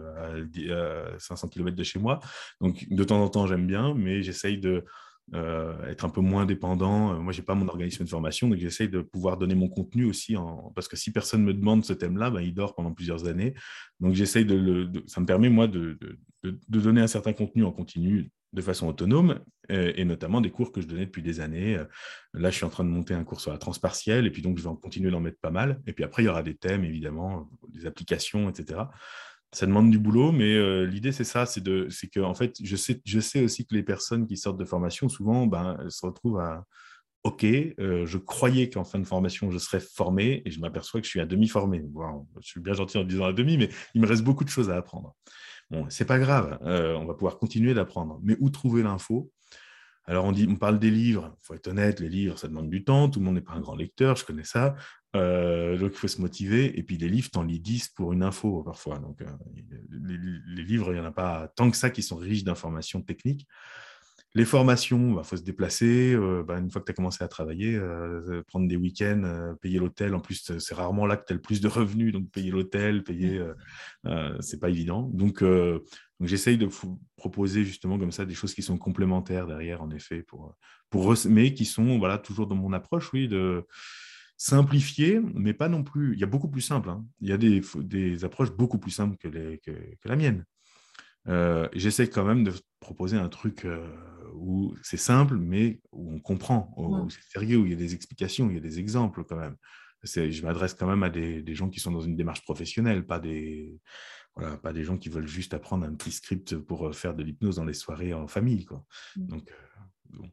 à 500 km de chez moi. Donc, de temps en temps, j'aime bien, mais j'essaye de être un peu moins dépendant. Moi, j'ai pas mon organisme de formation, donc j'essaye de pouvoir donner mon contenu aussi, parce que si personne me demande ce thème-là, ben, il dort pendant plusieurs années. Donc, j'essaye ça me permet, moi, de donner un certain contenu en continu de façon autonome, et notamment des cours que je donnais depuis des années. Là, je suis en train de monter un cours sur la transpartielle, et puis donc je vais en continuer d'en mettre pas mal. Et puis après, il y aura des thèmes, évidemment, des applications, etc. Ça demande du boulot, mais l'idée, c'est ça, c'est que, en fait, je sais aussi que les personnes qui sortent de formation, souvent, ben, elles se retrouvent à OK, je croyais qu'en fin de formation, je serais formé, et je m'aperçois que je suis à demi formé. Bon, je suis bien gentil en disant à demi, mais il me reste beaucoup de choses à apprendre. Bon, c'est pas grave, on va pouvoir continuer d'apprendre. Mais où trouver l'info? Alors, on parle des livres. Il faut être honnête, les livres, ça demande du temps. Tout le monde n'est pas un grand lecteur, je connais ça. Donc, il faut se motiver. Et puis, les livres, t'en lis 10 pour une info, parfois. Donc, les livres, il n'y en a pas tant que ça qui sont riches d'informations techniques. Les formations, il faut se déplacer. Une fois que tu as commencé à travailler, prendre des week-ends, payer l'hôtel. En plus, c'est rarement là que tu as le plus de revenus. Donc, payer l'hôtel, c'est pas évident. Donc j'essaye de proposer justement comme ça des choses qui sont complémentaires derrière, en effet, mais qui sont voilà, toujours dans mon approche, oui, de simplifier, mais pas non plus. Il y a beaucoup plus simple, hein. Il y a des approches beaucoup plus simples que la mienne. J'essaie quand même de proposer un truc où c'est simple, mais où on comprend, où Mm. c'est sérieux, où il y a des explications, il y a des exemples quand même. Je m'adresse quand même à des gens qui sont dans une démarche professionnelle, voilà, pas des gens qui veulent juste apprendre un petit script pour faire de l'hypnose dans les soirées en famille, quoi. Donc, bon.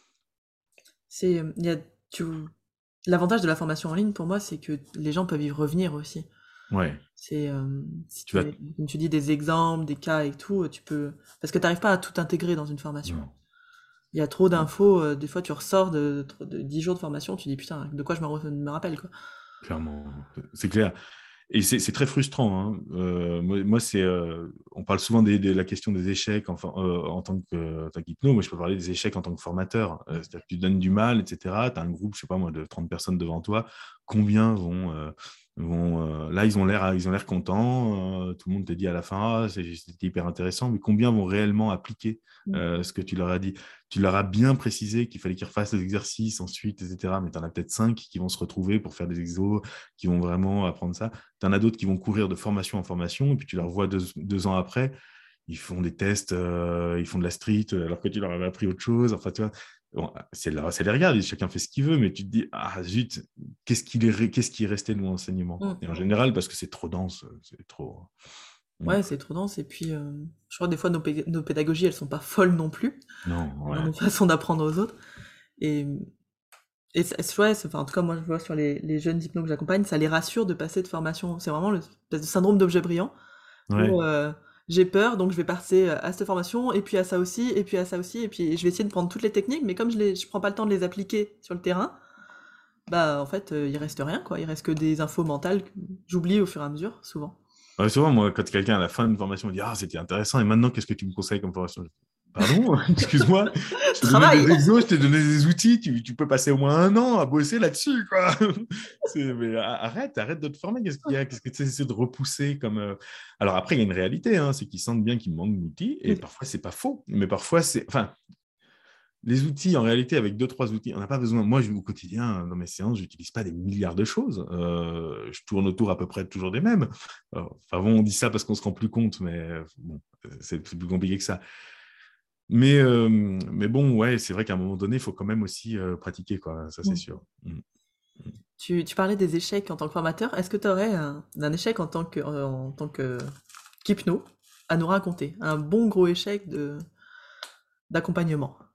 Il y a, tu... L'avantage de la formation en ligne, pour moi, c'est que les gens peuvent y revenir aussi. Ouais, C'est, si tu vas. comme tu dis, des exemples, des cas et tout, tu peux... Parce que tu n'arrives pas à tout intégrer dans une formation. Non. Il y a trop d'infos, des fois tu ressors de 10 jours de formation, tu dis putain, de quoi je me rappelle, quoi. Clairement, c'est clair. Et c'est très frustrant, hein. Moi, on parle souvent de la question des échecs en tant qu'hypno. Moi, je peux parler des échecs en tant que formateur. C'est-à-dire que tu donnes du mal, etc. Tu as un groupe, je sais pas moi, de 30 personnes devant toi. Combien là, ils ont l'air contents. Tout le monde te dit à la fin, ah, c'était hyper intéressant. Mais combien vont réellement appliquer ce que tu leur as dit? Tu leur as bien précisé qu'il fallait qu'ils refassent les exercices ensuite, etc. Mais tu en as peut-être 5 qui vont se retrouver pour faire des exos, qui vont vraiment apprendre ça. Tu en as d'autres qui vont courir de formation en formation, et puis tu leur vois 2 ans après, ils font des tests, ils font de la street, alors que tu leur avais appris autre chose. Enfin, tu vois, bon, c'est les regards, chacun fait ce qu'il veut, mais tu te dis, ah zut, qu'est-ce qui est resté de mon enseignement? Mm. Et en général, parce que c'est trop dense, c'est trop. Ouais, c'est trop dense. Et puis, je crois que des fois, nos pédagogies, elles sont pas folles non plus, Non, dans ouais. nos façons d'apprendre aux autres. Et, ouais, enfin, en tout cas, moi, je vois sur les jeunes hypnos que j'accompagne, ça les rassure de passer de formation. C'est vraiment le syndrome d'objet brillant, Ouais. où j'ai peur, donc je vais passer à cette formation, et puis à ça aussi, et puis à ça aussi, et puis je vais essayer de prendre toutes les techniques, mais comme je prends pas le temps de les appliquer sur le terrain, bah, en fait, il reste rien, quoi. Il reste que des infos mentales que j'oublie au fur et à mesure, souvent. Ouais, souvent, moi, quand quelqu'un à la fin d'une formation me dit, ah, c'était intéressant, et maintenant, qu'est-ce que tu me conseilles comme formation? Pardon, excuse-moi, je t'ai donné Travail! des exos, je t'ai donné des outils, tu peux passer au moins 1 an à bosser là-dessus, quoi. Mais arrête de te former, qu'est-ce qu'il y a? Qu'est-ce que tu essaies de repousser comme. Alors après, il y a une réalité, hein, c'est qu'ils sentent bien qu'il manque d'outils, et Oui. parfois, c'est pas faux, mais parfois, c'est. Enfin, les outils, en réalité, avec 2, 3 outils, on n'a pas besoin. Moi, au quotidien, dans mes séances, je n'utilise pas des milliards de choses. Je tourne autour à peu près toujours des mêmes. Enfin, bon, on dit ça parce qu'on ne se rend plus compte, mais bon, c'est plus compliqué que ça. Mais bon, ouais, c'est vrai qu'à un moment donné, il faut quand même aussi pratiquer, quoi. Ça, c'est Mm. sûr. Tu parlais des échecs en tant que formateur. Est-ce que tu aurais un échec en tant que qu'hypno à nous raconter? Un bon gros échec d'accompagnement?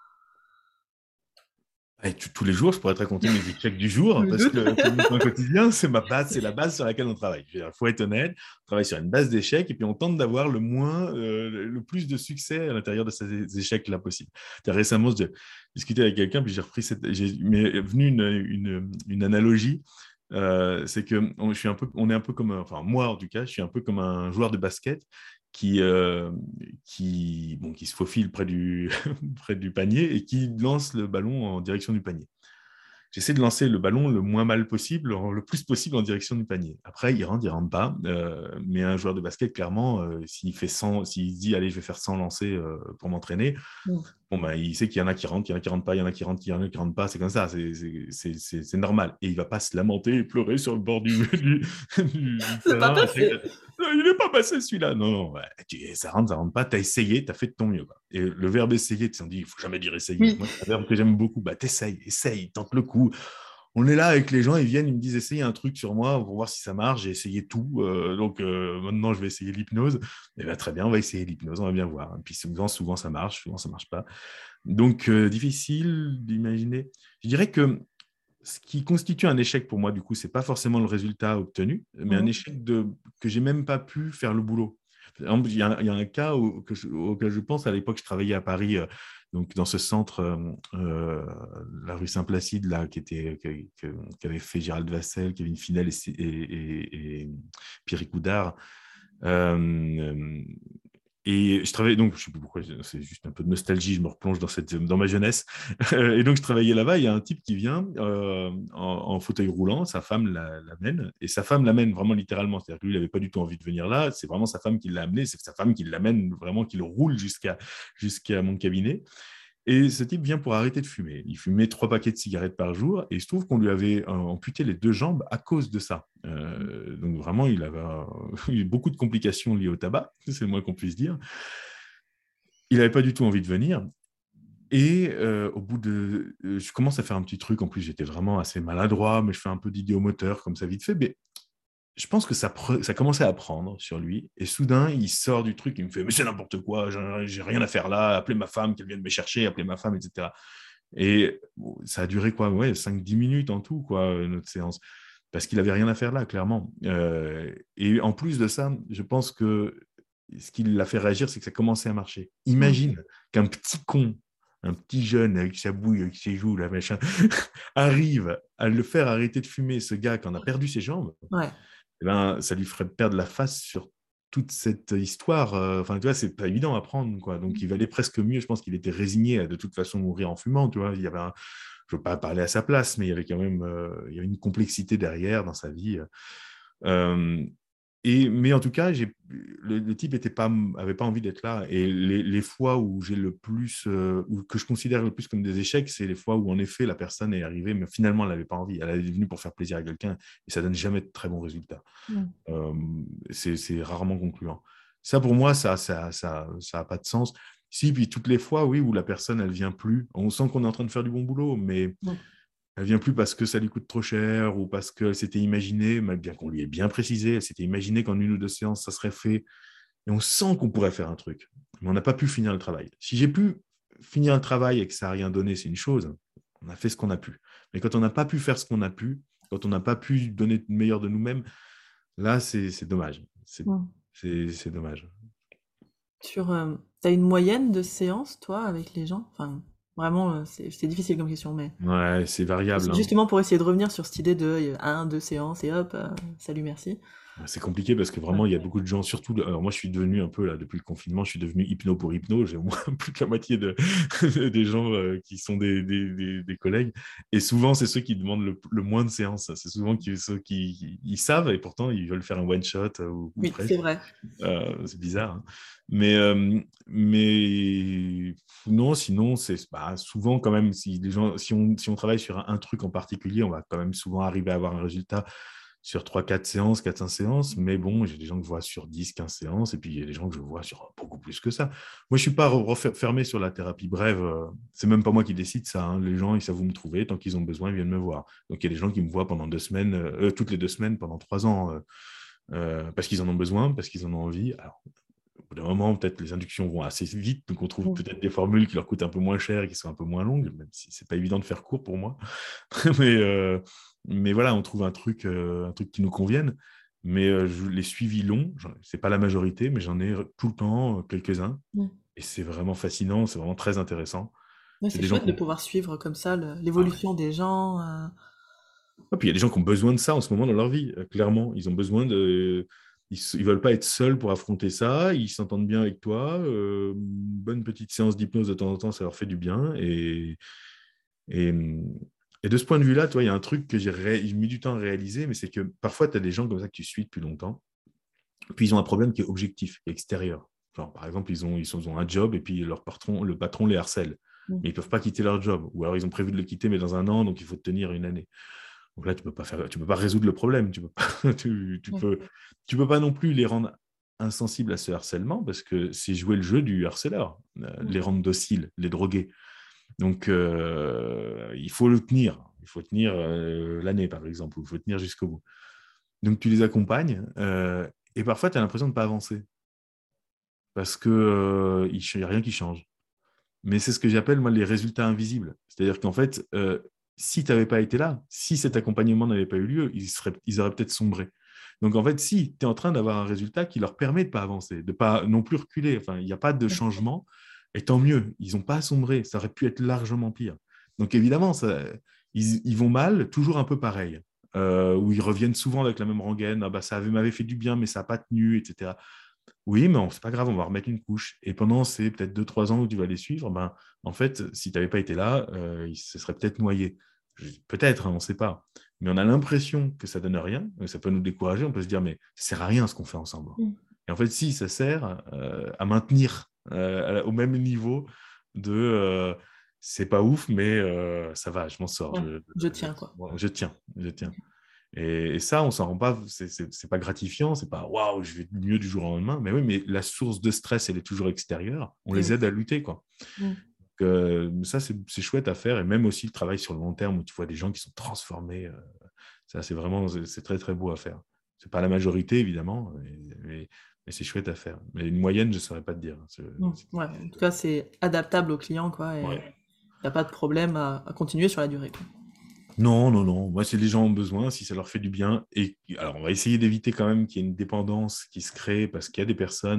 Et tous les jours, je pourrais te raconter mes échecs du jour, Je me parce doute. que mon quotidien, c'est ma base, c'est la base sur laquelle on travaille. Il faut être honnête, on travaille sur une base d'échecs, et puis on tente d'avoir le plus de succès à l'intérieur de ces échecs-là possible. Récemment, j'ai discuté avec quelqu'un, puis m'est venue une analogie. C'est que on est un peu comme, enfin moi en tout cas, je suis un peu comme un joueur de basket qui se faufile près du, près du panier et qui lance le ballon en direction du panier. J'essaie de lancer le ballon le moins mal possible, le plus possible en direction du panier. Après, il rentre pas. Mais un joueur de basket, clairement, s'il dit, allez, je vais faire 100 lancers pour m'entraîner, Mm. bon, ben, il sait qu'il y en a qui rentrent, il y en a qui rentrent pas, il y en a qui rentrent, il y en a qui rentrent pas. C'est comme ça, c'est normal. Et il va pas se lamenter et pleurer sur le bord du C'est pas terrain. passé. Il n'est pas passé celui-là. Non, non, ouais, ça rentre pas. Tu as essayé, tu as fait de ton mieux, quoi. Et le verbe essayer, tu te dis, il faut jamais dire essayer. Oui. Moi, c'est un verbe que j'aime beaucoup. Bah, essaye, tente le coup. On est là avec les gens, ils viennent, ils me disent essayez un truc sur moi pour voir si ça marche. J'ai essayé tout, donc maintenant je vais essayer l'hypnose. Et ben, très bien, on va essayer l'hypnose, on va bien voir. Et puis souvent ça marche, souvent ça marche pas. Donc difficile d'imaginer. Je dirais que ce qui constitue un échec pour moi, du coup, c'est pas forcément le résultat obtenu, mais un Mhm. échec que j'ai même pas pu faire le boulot. Il y a un cas auquel je pense. À l'époque, je travaillais à Paris, donc dans ce centre, la rue Saint-Placide, là, qu'avait fait Gérald Vassel, Kevin Finel et Pierre Coudard. Euh, et je travaillais, donc je sais plus pourquoi, c'est juste un peu de nostalgie, je me replonge dans ma jeunesse. Et donc je travaillais là-bas, il y a un type qui vient en fauteuil roulant, sa femme l'amène, et sa femme l'amène vraiment littéralement, c'est-à-dire que lui, il n'avait pas du tout envie de venir là, c'est vraiment sa femme qui l'a amené, c'est sa femme qui l'amène vraiment, qui le roule jusqu'à mon cabinet. Et ce type vient pour arrêter de fumer. Il fumait 3 paquets de cigarettes par jour et il se trouve qu'on lui avait amputé les 2 jambes à cause de ça. Donc vraiment, il avait eu beaucoup de complications liées au tabac, c'est le moins qu'on puisse dire. Il n'avait pas du tout envie de venir. Et au bout de... je commence à faire un petit truc. En plus, j'étais vraiment assez maladroit, mais je fais un peu d'idéomoteur comme ça vite fait. Mais je pense que ça commençait à prendre sur lui. Et soudain, il sort du truc, il me fait « Mais c'est n'importe quoi, j'ai rien à faire là, appelez ma femme, qu'elle vienne me chercher, appelez ma femme, etc. » Et bon, ça a duré quoi, ouais, 5-10 minutes en tout, quoi, notre séance. Parce qu'il n'avait rien à faire là, clairement. Et en plus de ça, je pense que ce qui l'a fait réagir, c'est que ça commençait à marcher. Mhm. Imagine qu'un petit con un petit jeune avec sa bouille, avec ses joues, là, machin, arrive à le faire arrêter de fumer, ce gars qui en a perdu ses jambes, Ouais. eh ben, ça lui ferait perdre la face sur toute cette histoire. Enfin, tu vois, c'est pas évident à prendre, quoi. Donc, il valait presque mieux. Je pense qu'il était résigné à de toute façon mourir en fumant, tu vois. Je veux pas parler à sa place, mais il y avait quand même il y avait une complexité derrière dans sa vie. Euh, mais en tout cas, le type avait pas envie d'être là. Et les fois où j'ai le plus, ou que je considère le plus comme des échecs, c'est les fois où en effet la personne est arrivée, mais finalement elle n'avait pas envie. Elle est venue pour faire plaisir à quelqu'un et ça donne jamais de très bons résultats. Mm. Euh, c'est rarement concluant. Ça pour moi, ça a pas de sens. Si, puis toutes les fois, oui, où la personne elle vient plus, on sent qu'on est en train de faire du bon boulot, mais Mm. elle vient plus parce que ça lui coûte trop cher ou parce qu'elle s'était imaginée, bien qu'on lui ait bien précisé, elle s'était imaginée qu'en 1 ou 2 séances, ça serait fait. Et on sent qu'on pourrait faire un truc, mais on n'a pas pu finir le travail. Si j'ai pu finir le travail et que ça n'a rien donné, c'est une chose. On a fait ce qu'on a pu. Mais quand on n'a pas pu faire ce qu'on a pu, quand on n'a pas pu donner le meilleur de nous-mêmes, là, c'est dommage. Mm. C'est dommage. T'as une moyenne de séances, toi, avec les gens? Enfin, vraiment, c'est difficile comme question, mais Ouais, c'est variable, hein. justement pour essayer de revenir sur cette idée de 1, 2 séances et hop, salut, merci. C'est compliqué parce que vraiment, il y a beaucoup de gens, surtout, alors moi je suis devenu un peu, là, depuis le confinement, je suis devenu hypno pour hypno, j'ai au moins plus que la moitié des gens qui sont des collègues, et souvent c'est ceux qui demandent le moins de séances, c'est souvent ceux qui ils savent, et pourtant ils veulent faire un one-shot ou Oui, c'est presque. vrai. C'est bizarre, hein. Mais non, sinon, souvent quand même, si on travaille sur un truc en particulier, on va quand même souvent arriver à avoir un résultat sur 3, 4 séances, 4, 5 séances. Mais bon, j'ai des gens que je vois sur 10, 15 séances, et puis il y a des gens que je vois sur beaucoup plus que ça. Moi, je ne suis pas fermé sur la thérapie brève. C'est même pas moi qui décide ça, hein. Les gens, ils savent où me trouver. Tant qu'ils ont besoin, ils viennent me voir. Donc, il y a des gens qui me voient pendant 2 semaines, toutes les 2 semaines, pendant 3 ans. Parce qu'ils en ont besoin, parce qu'ils en ont envie. Alors, au bout d'un moment, peut-être les inductions vont assez vite, donc on trouve Mm. peut-être des formules qui leur coûtent un peu moins cher et qui sont un peu moins longues, même si c'est pas évident de faire court pour moi. mais, euh, mais voilà, on trouve un truc qui nous convienne. Mais les suivis longs, c'est pas la majorité, mais j'en ai tout le temps quelques-uns. Mm. Et c'est vraiment fascinant, c'est vraiment très intéressant. Ouais, C'est c'est des gens chouette qui de ont... pouvoir suivre comme ça Ah ouais. l'évolution des gens. Et puis il y a des gens qui ont besoin de ça en ce moment dans leur vie, clairement. Ils ont besoin de. Ils veulent pas être seuls pour affronter ça. Ils s'entendent bien avec toi. Une bonne petite séance d'hypnose de temps en temps, ça leur fait du bien. Et, et de ce point de vue-là, toi, il y a un truc que j'ai mis du temps à réaliser, mais c'est que parfois, tu as des gens comme ça que tu suis depuis longtemps. Puis ils ont un problème qui est objectif, qui est extérieur. Genre, par exemple, ils ont un job et puis le patron les harcèle. Mm. Mais ils ne peuvent pas quitter leur job. Ou alors ils ont prévu de le quitter, mais dans un an, donc il faut tenir une année. Donc là, tu peux pas résoudre le problème. Tu peux pas, Mm. tu peux pas non plus les rendre insensibles à ce harcèlement parce que c'est jouer le jeu du harceleur, Mm. les rendre dociles, les droguer. Donc il faut le tenir. Il faut tenir l'année, par exemple, ou il faut tenir jusqu'au bout. Donc tu les accompagnes et parfois tu as l'impression de ne pas avancer parce que il n'y a rien qui change. Mais c'est ce que j'appelle moi les résultats invisibles. C'est-à-dire qu'en fait, si tu n'avais pas été là, si cet accompagnement n'avait pas eu lieu, ils auraient peut-être sombré. Donc en fait, si tu es en train d'avoir un résultat qui leur permet de ne pas avancer, de ne pas non plus reculer, enfin, il n'y a pas de changement, et tant mieux, ils n'ont pas sombré, ça aurait pu être largement pire. Donc évidemment, ils vont mal, toujours un peu pareil, où ils reviennent souvent avec la même rengaine, ah bah, ça m'avait fait du bien, mais ça n'a pas tenu, etc. Oui, mais c'est pas grave, on va remettre une couche. Et pendant ces peut-être 2, 3 ans où tu vas les suivre, ben, en fait, si tu n'avais pas été là, il se serait peut-être noyé. Peut-être, hein, on ne sait pas. Mais on a l'impression que ça donne rien, ça peut nous décourager, on peut se dire, mais ça sert à rien ce qu'on fait ensemble. Mm. Et en fait, si, ça sert à maintenir au même niveau de c'est pas ouf, mais ça va, je m'en sors. Ouais, je tiens, quoi. Je tiens, je tiens. Et ça, on s'en rend pas, c'est pas gratifiant, c'est pas waouh, je vais mieux du jour au lendemain. Mais oui, mais la source de stress, elle est toujours extérieure. On Et les oui. aide à lutter, quoi. Mm. Donc, ça, c'est chouette à faire. Et même aussi le travail sur le long terme où tu vois des gens qui sont transformés. Ça, c'est très, très beau à faire. C'est pas la majorité, évidemment, mais c'est chouette à faire. Mais une moyenne, je ne saurais pas te dire. Mm. Ouais, en tout cas, c'est adaptable au client, quoi, et Ouais. il n'y a pas de problème à continuer sur la durée, quoi. Non, non, non. Moi, si les gens ont besoin, si ça leur fait du bien. Et alors, on va essayer d'éviter quand même qu'il y ait une dépendance qui se crée parce qu'il y a des personnes.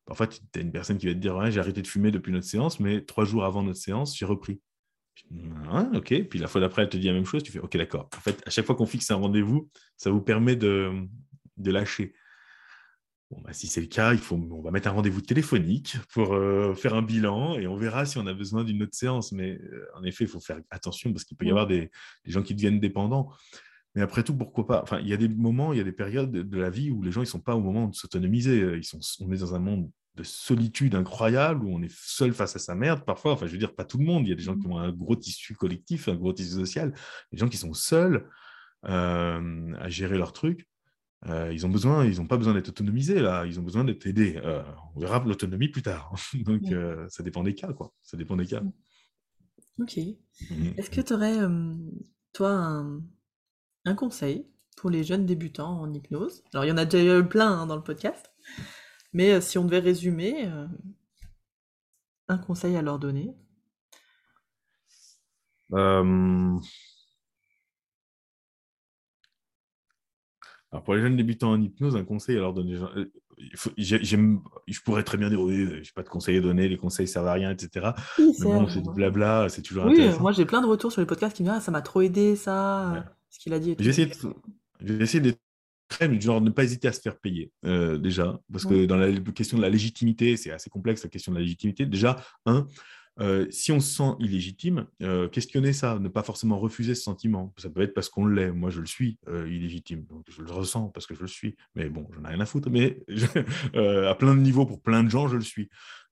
Parfois, tu as une personne qui va te dire, ouais, j'ai arrêté de fumer depuis notre séance, mais 3 jours avant notre séance, j'ai repris. Ah, ok. Puis la fois d'après, elle te dit la même chose. Tu fais, ok, d'accord. En fait, à chaque fois qu'on fixe un rendez-vous, ça vous permet de lâcher. Bon, bah, si c'est le cas, on va mettre un rendez-vous téléphonique pour faire un bilan et on verra si on a besoin d'une autre séance. Mais en effet, il faut faire attention parce qu'il peut y avoir des gens qui deviennent dépendants. Mais après tout, pourquoi pas? Enfin, il y a des moments, il y a des périodes de la vie où les gens ils sont pas au moment de s'autonomiser. On est dans un monde de solitude incroyable où on est seul face à sa merde. Parfois, enfin, je veux dire, pas tout le monde. Il y a des gens qui ont un gros tissu collectif, un gros tissu social. Des gens qui sont seuls à gérer leurs trucs. Ils n'ont pas besoin d'être autonomisés là. Ils ont besoin d'être aidés. On verra l'autonomie plus tard. Donc, ça dépend des cas, quoi. Ça dépend des cas. Ok. Mhm. Est-ce que tu aurais, toi, un conseil pour les jeunes débutants en hypnose? Alors, il y en a déjà eu plein dans le podcast, mais si on devait résumer, un conseil à leur donner. Euh, Alors pour les jeunes débutants en hypnose, un conseil à leur donner. Je pourrais très bien dire, oui, je n'ai pas de conseils à donner, les conseils ne servent à rien, etc. Oui, Mais c'est bon, c'est du blabla, c'est toujours oui, intéressant. moi j'ai plein de retours sur les podcasts qui me disent: «Ah, ça m'a trop aidé ça, Ouais. ce qu'il a dit et Je vais tout». essayer de, je vais essayer d'être très, mais genre ne pas hésiter à se faire payer, déjà. Parce Ouais. que dans la question de la légitimité, c'est assez complexe la question de la légitimité. Déjà, si on se sent illégitime, questionner ça, ne pas forcément refuser ce sentiment. Ça peut être parce qu'on l'est. Moi, je le suis illégitime, donc je le ressens parce que je le suis. Mais bon, j'en ai rien à foutre. Mais à plein de niveaux, pour plein de gens, je le suis.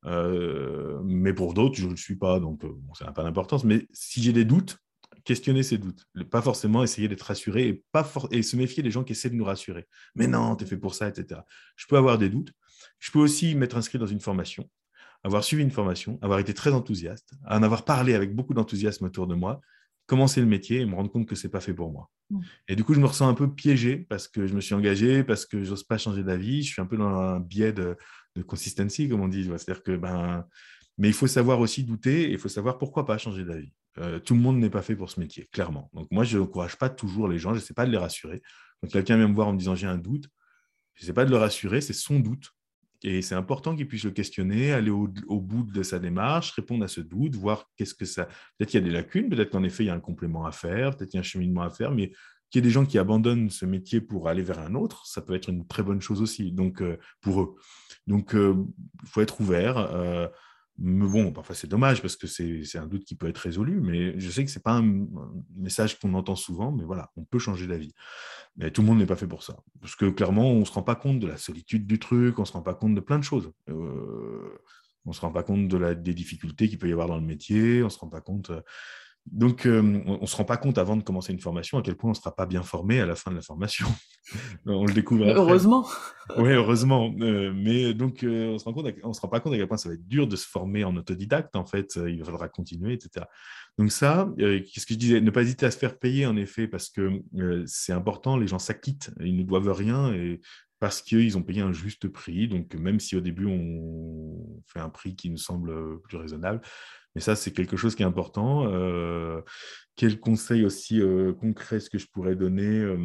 Mais pour d'autres, je ne le suis pas. Donc, bon, ça n'a pas d'importance. Mais si j'ai des doutes, questionner ces doutes. Pas forcément essayer d'être rassuré et se méfier des gens qui essaient de nous rassurer. Mais non, tu es fait pour ça, etc. Je peux avoir des doutes. Je peux aussi m'être inscrit dans une formation, avoir suivi une formation, avoir été très enthousiaste, en avoir parlé avec beaucoup d'enthousiasme autour de moi, commencer le métier et me rendre compte que c'est pas fait pour moi. Mmh. Et du coup, je me ressens un peu piégé parce que je me suis engagé, parce que j'ose pas changer d'avis. Je suis un peu dans un biais de consistency, comme on dit. C'est-à-dire que, mais il faut savoir aussi douter et il faut savoir pourquoi pas changer d'avis. Tout le monde n'est pas fait pour ce métier, clairement. Donc moi, je n'encourage pas toujours les gens, je ne sais pas de les rassurer. Quand quelqu'un vient me voir en me disant j'ai un doute, je ne sais pas de le rassurer, c'est son doute. Et c'est important qu'il puisse le questionner, aller au bout de sa démarche, répondre à ce doute, voir qu'est-ce que ça. Peut-être qu'il y a des lacunes, peut-être qu'en effet, il y a un complément à faire, peut-être qu'il y a un cheminement à faire, mais qu'il y ait des gens qui abandonnent ce métier pour aller vers un autre, ça peut être une très bonne chose aussi, donc, pour eux. Donc, il faut être ouvert. Mais bon, parfois c'est dommage parce que c'est un doute qui peut être résolu, mais je sais que ce n'est pas un message qu'on entend souvent, mais voilà, on peut changer d'avis. Mais tout le monde n'est pas fait pour ça. Parce que clairement, on ne se rend pas compte de la solitude du truc, on ne se rend pas compte de plein de choses. On ne se rend pas compte des difficultés qu'il peut y avoir dans le métier, on se rend pas compte. Donc, on ne se rend pas compte avant de commencer une formation à quel point on ne sera pas bien formé à la fin de la formation. On le découvre après. Heureusement. Oui, heureusement. Mais donc, on se rend pas compte à quel point ça va être dur de se former en autodidacte, en fait. Il faudra continuer, etc. Donc ça, qu'est-ce que je disais? Ne pas hésiter à se faire payer, en effet, parce que c'est important, les gens s'acquittent, ils ne doivent rien et parce qu'ils ont payé un juste prix. Donc, même si au début, on fait un prix qui nous semble plus raisonnable, mais ça, c'est quelque chose qui est important. Quel conseil aussi concret est-ce que je pourrais donner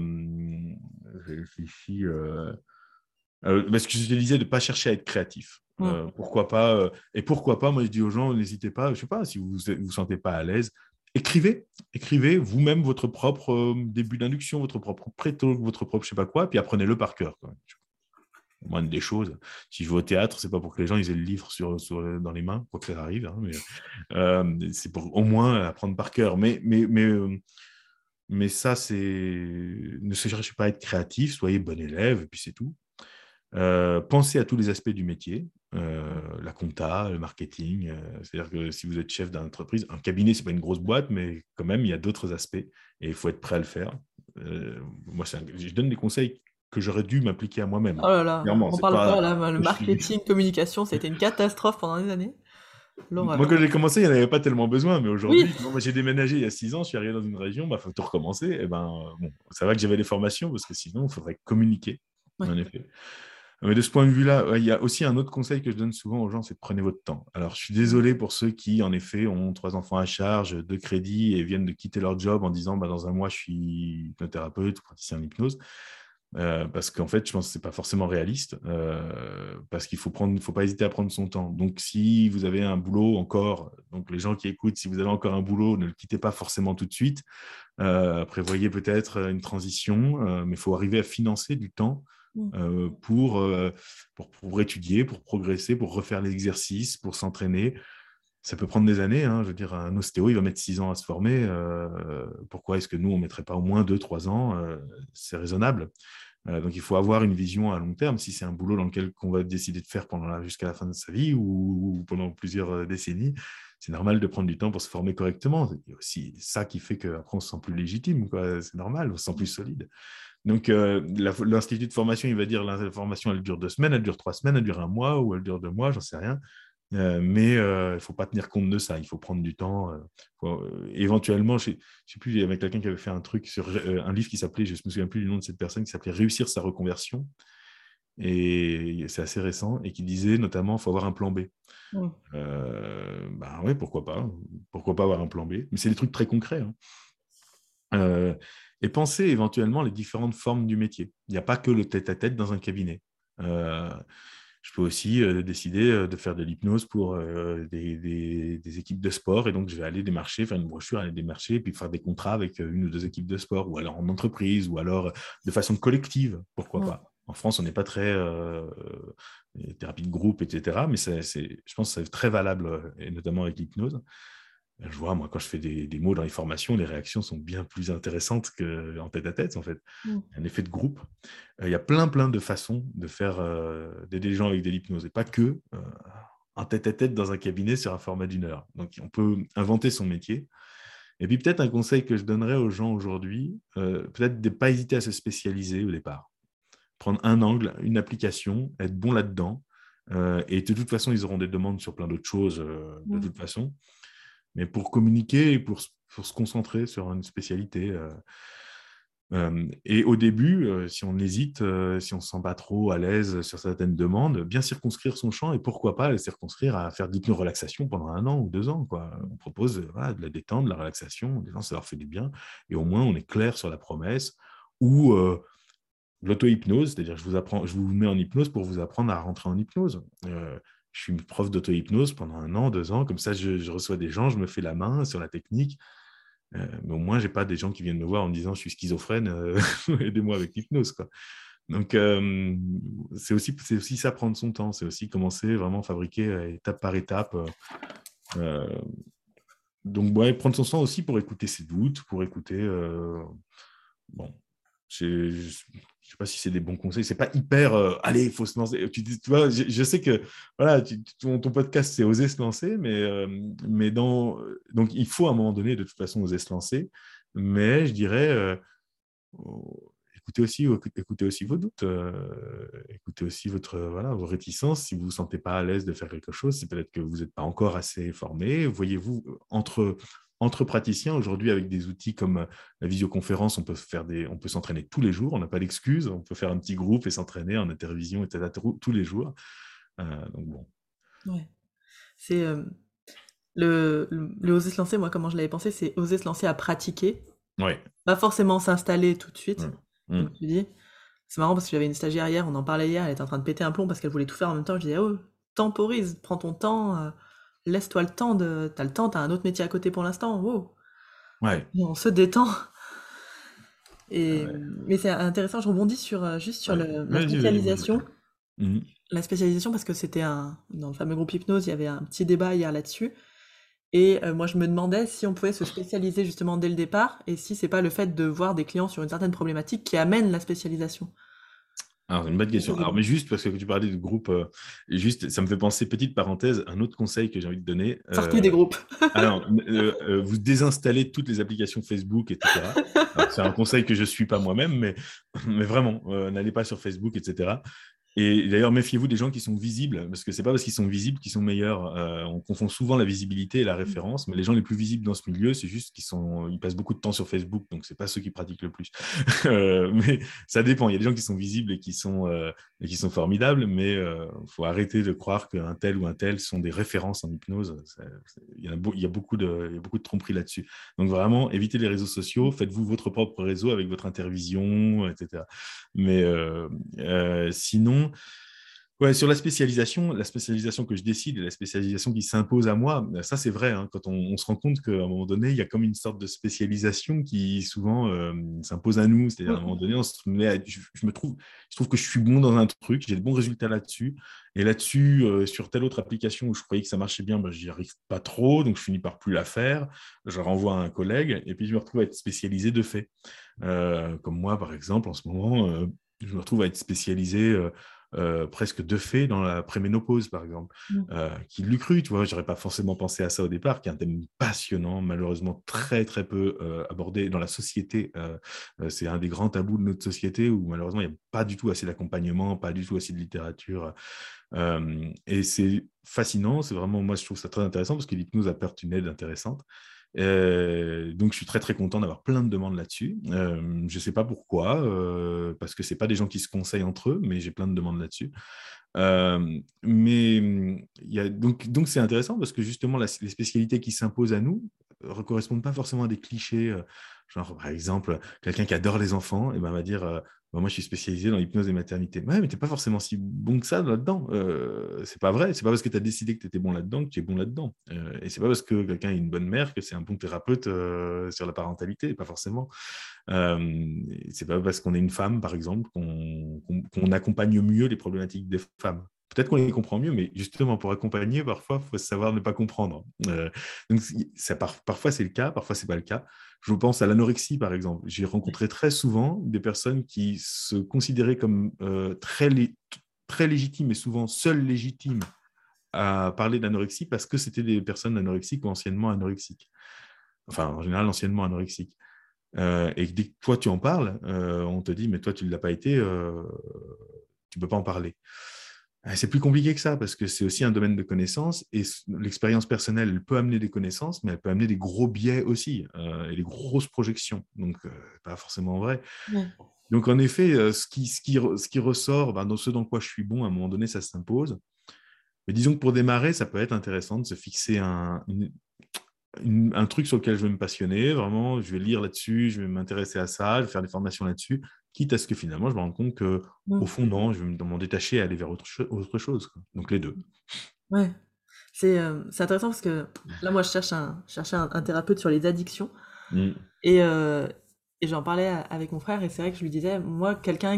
Je réfléchis. Parce que je te disais de ne pas chercher à être créatif. Mmh. Pourquoi pas et pourquoi pas, moi je dis aux gens, n'hésitez pas, je ne sais pas, si vous ne vous sentez pas à l'aise, écrivez vous-même votre propre début d'induction, votre propre pré-talk, votre propre je ne sais pas quoi, puis apprenez-le par cœur. Quand même. Moindre des choses. Si je vais au théâtre, c'est pas pour que les gens ils aient le livre dans les mains, quoi que ça arrive, hein, mais c'est pour au moins apprendre par cœur. Mais ça, c'est ne cherchez pas à être créatif, soyez bon élève, et puis c'est tout. Pensez à tous les aspects du métier, la compta, le marketing. C'est-à-dire que si vous êtes chef d'entreprise, un cabinet, ce n'est pas une grosse boîte, mais quand même, il y a d'autres aspects et il faut être prêt à le faire. Moi, je donne des conseils que j'aurais dû m'appliquer à moi-même. Oh là là, Clairement, on c'est parle pas pas. là, le marketing, communication, c'était une catastrophe pendant des années. Moi, L'horreur. quand j'ai commencé, il n'y en avait pas tellement besoin, mais Oui. aujourd'hui, moi, j'ai déménagé il y a 6 ans, je suis arrivé dans une région, il faut tout recommencer. Et ben, bon, ça va que j'avais des formations parce que sinon, il faudrait communiquer, Ouais. en effet. Mais de ce point de vue-là, il y a aussi un autre conseil que je donne souvent aux gens, c'est de prenez votre temps. Alors, je suis désolé pour ceux qui, en effet, ont 3 enfants à charge, 2 crédits et viennent de quitter leur job en disant, bah, dans un mois, je suis hypnothérapeute ou praticien en hypnose. parce qu'en fait, je pense que ce n'est pas forcément réaliste, parce qu'il faut pas hésiter à prendre son temps. Donc, si vous avez un boulot encore, donc les gens qui écoutent, si vous avez encore un boulot, ne le quittez pas forcément tout de suite. Prévoyez peut-être une transition, mais il faut arriver à financer du temps pour étudier, pour progresser, pour refaire l'exercice, pour s'entraîner. Ça peut prendre des années. Hein. Je veux dire, un ostéo, il va mettre 6 ans à se former. Pourquoi est-ce que nous, on ne mettrait pas au moins 2-3 ans C'est raisonnable. Donc, il faut avoir une vision à long terme. Si c'est un boulot dans lequel on va décider de faire jusqu'à la fin de sa vie ou pendant plusieurs décennies, c'est normal de prendre du temps pour se former correctement. C'est aussi ça qui fait qu'après, on se sent plus légitime, quoi. C'est normal, on se sent plus solide. Donc, l'institut de formation, il va dire la formation, elle dure 2 semaines, elle dure 3 semaines, elle dure 1 mois ou elle dure 2 mois, j'en sais rien. Mais il ne faut pas tenir compte de ça. Il faut prendre du temps. Éventuellement, je ne sais plus, il y avait quelqu'un qui avait fait un truc sur un livre qui s'appelait, je ne me souviens plus du nom de cette personne, qui s'appelait Réussir sa reconversion. Et c'est assez récent, et qui disait notamment, il faut avoir un plan B. Oui, pourquoi pas. Pourquoi pas avoir un plan B. Mais c'est des trucs très concrets. Hein. Et penser éventuellement les différentes formes du métier. Il n'y a pas que le tête-à-tête dans un cabinet. Je peux aussi décider de faire de l'hypnose pour des équipes de sport. Et donc, je vais aller démarcher, faire une brochure, aller démarcher, et puis faire des contrats avec 1 ou 2 équipes de sport, ou alors en entreprise, ou alors de façon collective, pourquoi pas. En France, on n'est pas très thérapie de groupe, etc. Mais je pense que c'est très valable, et notamment avec l'hypnose. Je vois, moi, quand je fais des mots dans les formations, les réactions sont bien plus intéressantes qu'en tête-à-tête, en fait. Il y a un effet de groupe. Il y a plein de façons de faire d'aider les gens avec de l'hypnose, et pas que un tête-à-tête dans un cabinet sur un format d'1 heure. Donc, on peut inventer son métier. Et puis, peut-être un conseil que je donnerais aux gens aujourd'hui, peut-être de ne pas hésiter à se spécialiser au départ. Prendre un angle, une application, être bon là-dedans. Et de toute façon, ils auront des demandes sur plein d'autres choses de toute façon. Mais pour communiquer et pour se concentrer sur une spécialité. Et au début, si on hésite, si on ne se sent pas trop à l'aise sur certaines demandes, bien circonscrire son champ, et pourquoi pas le circonscrire à faire de l'hypno-relaxation pendant 1 an ou 2 ans. Quoi. On propose de la détente, de la relaxation, les gens, ça leur fait du bien, et au moins on est clair sur la promesse. Ou l'auto-hypnose, c'est-à-dire je vous mets en hypnose pour vous apprendre à rentrer en hypnose. Je suis prof d'auto-hypnose pendant 1 an, 2 ans, comme ça je reçois des gens, je me fais la main sur la technique, mais au moins je n'ai pas des gens qui viennent me voir en me disant je suis schizophrène, aidez-moi avec l'hypnose. Quoi. Donc c'est aussi ça, prendre son temps, c'est aussi commencer vraiment à fabriquer étape par étape. Donc prendre son temps aussi pour écouter ses doutes, pour écouter... je ne sais pas si c'est des bons conseils. C'est pas hyper allez, il faut se lancer. Tu vois, je sais que voilà, ton podcast, c'est oser se lancer, mais donc il faut à un moment donné, de toute façon, oser se lancer. Mais je dirais, écoutez aussi vos doutes, écoutez aussi vos réticences. Si vous ne vous sentez pas à l'aise de faire quelque chose, c'est peut-être que vous n'êtes pas encore assez formé. Voyez-vous, entre praticiens, aujourd'hui, avec des outils comme la visioconférence, on peut s'entraîner tous les jours, on n'a pas d'excuse, on peut faire un petit groupe et s'entraîner en intervision, etc., tous les jours. Donc bon. Ouais. C'est le oser se lancer, moi, comment je l'avais pensé, c'est oser se lancer à pratiquer. Ouais. Pas forcément s'installer tout de suite, comme tu dis. C'est marrant parce que j'avais une stagiaire hier, on en parlait hier, elle était en train de péter un plomb parce qu'elle voulait tout faire en même temps. Je disais, oh, temporise, prends ton temps, laisse-toi le temps t'as le temps, t'as un autre métier à côté pour l'instant, wow. Ouais. Et on se détend. Mais c'est intéressant, je rebondis juste sur la spécialisation. La spécialisation, parce que c'était dans le fameux groupe hypnose, il y avait un petit débat hier là-dessus. Et moi, je me demandais si on pouvait se spécialiser justement dès le départ, et si c'est pas le fait de voir des clients sur une certaine problématique qui amène la spécialisation. Alors, c'est une bonne question. Alors, mais juste parce que tu parlais de groupe, juste, ça me fait penser, petite parenthèse, un autre conseil que j'ai envie de donner. Sortez des groupes. Alors, vous désinstallez toutes les applications Facebook, etc. Alors, c'est un conseil que je ne suis pas moi-même, mais vraiment, n'allez pas sur Facebook, etc. Et d'ailleurs, méfiez-vous des gens qui sont visibles, parce que c'est pas parce qu'ils sont visibles qu'ils sont meilleurs. On confond souvent la visibilité et la référence, mais les gens les plus visibles dans ce milieu, c'est juste ils passent beaucoup de temps sur Facebook, donc c'est pas ceux qui pratiquent le plus. Mais ça dépend. Il y a des gens qui sont visibles et qui sont formidables, mais faut arrêter de croire qu'un tel ou un tel sont des références en hypnose. Il y a beaucoup de tromperies là-dessus. Donc vraiment, évitez les réseaux sociaux, faites-vous votre propre réseau avec votre intervision, etc. Mais sinon, ouais, sur la spécialisation que je décide et la spécialisation qui s'impose à moi, ça c'est vrai, hein, quand on se rend compte qu'à un moment donné, il y a comme une sorte de spécialisation qui souvent s'impose à nous. C'est-à-dire à un moment donné, je trouve que je suis bon dans un truc, j'ai de bons résultats là-dessus. Et là-dessus, sur telle autre application où je croyais que ça marchait bien, ben, j'y arrive pas trop, donc je finis par plus la faire. Je renvoie à un collègue et puis je me retrouve à être spécialisé de fait. Comme moi, par exemple, en ce moment, je me retrouve à être spécialisé presque de fait dans la préménopause, par exemple. Qui l'eût cru, tu vois, j'aurais pas forcément pensé à ça au départ, qui est un thème passionnant, malheureusement très très peu abordé dans la société. C'est un des grands tabous de notre société où malheureusement il n'y a pas du tout assez d'accompagnement, pas du tout assez de littérature. Et c'est fascinant, c'est vraiment, moi je trouve ça très intéressant parce que l'hypnose apporte une aide intéressante. Donc, je suis très, très content d'avoir plein de demandes là-dessus. Je ne sais pas pourquoi, parce que ce pas des gens qui se conseillent entre eux, mais j'ai plein de demandes là-dessus. Mais donc, c'est intéressant parce que justement, les spécialités qui s'imposent à nous ne correspondent pas forcément à des clichés. Genre, par exemple, quelqu'un qui adore les enfants et ben, va dire bah, moi, je suis spécialisé dans l'hypnose et maternité. Ouais, mais tu n'es pas forcément si bon que ça là-dedans. C'est pas vrai. C'est pas parce que tu as décidé que tu étais bon là-dedans que tu es bon là-dedans. Et c'est pas parce que quelqu'un est une bonne mère que c'est un bon thérapeute sur la parentalité. Pas forcément. C'est pas parce qu'on est une femme, par exemple, qu'on accompagne mieux les problématiques des femmes. Peut-être qu'on les comprend mieux, mais justement, pour accompagner, parfois, il faut savoir ne pas comprendre. Donc, parfois, c'est le cas, parfois, c'est pas le cas. Je pense à l'anorexie, par exemple. J'ai rencontré très souvent des personnes qui se considéraient comme très légitimes et souvent seules légitimes à parler d'anorexie parce que c'était des personnes anorexiques ou anciennement anorexiques. Enfin, en général, anciennement anorexiques. Et dès que toi, tu en parles, on te dit, mais toi, tu ne l'as pas été, tu ne peux pas en parler. C'est plus compliqué que ça parce que c'est aussi un domaine de connaissances et l'expérience personnelle, elle peut amener des connaissances, mais elle peut amener des gros biais aussi et des grosses projections. Donc, pas forcément vrai. Ouais. Donc, en effet, ce qui ressort, ben, dans ce dans quoi je suis bon, à un moment donné, ça s'impose. Mais disons que pour démarrer, ça peut être intéressant de se fixer un truc sur lequel je vais me passionner, vraiment, je vais lire là-dessus, je vais m'intéresser à ça, je vais faire des formations là-dessus, quitte à ce que finalement, je me rende compte qu'au fond, non, je vais m'en détacher et aller vers autre chose. Quoi. Donc les deux. Ouais. C'est intéressant parce que là, moi, je cherchais un thérapeute sur les addictions et, euh, et j'en parlais avec mon frère et c'est vrai que je lui disais, moi, quelqu'un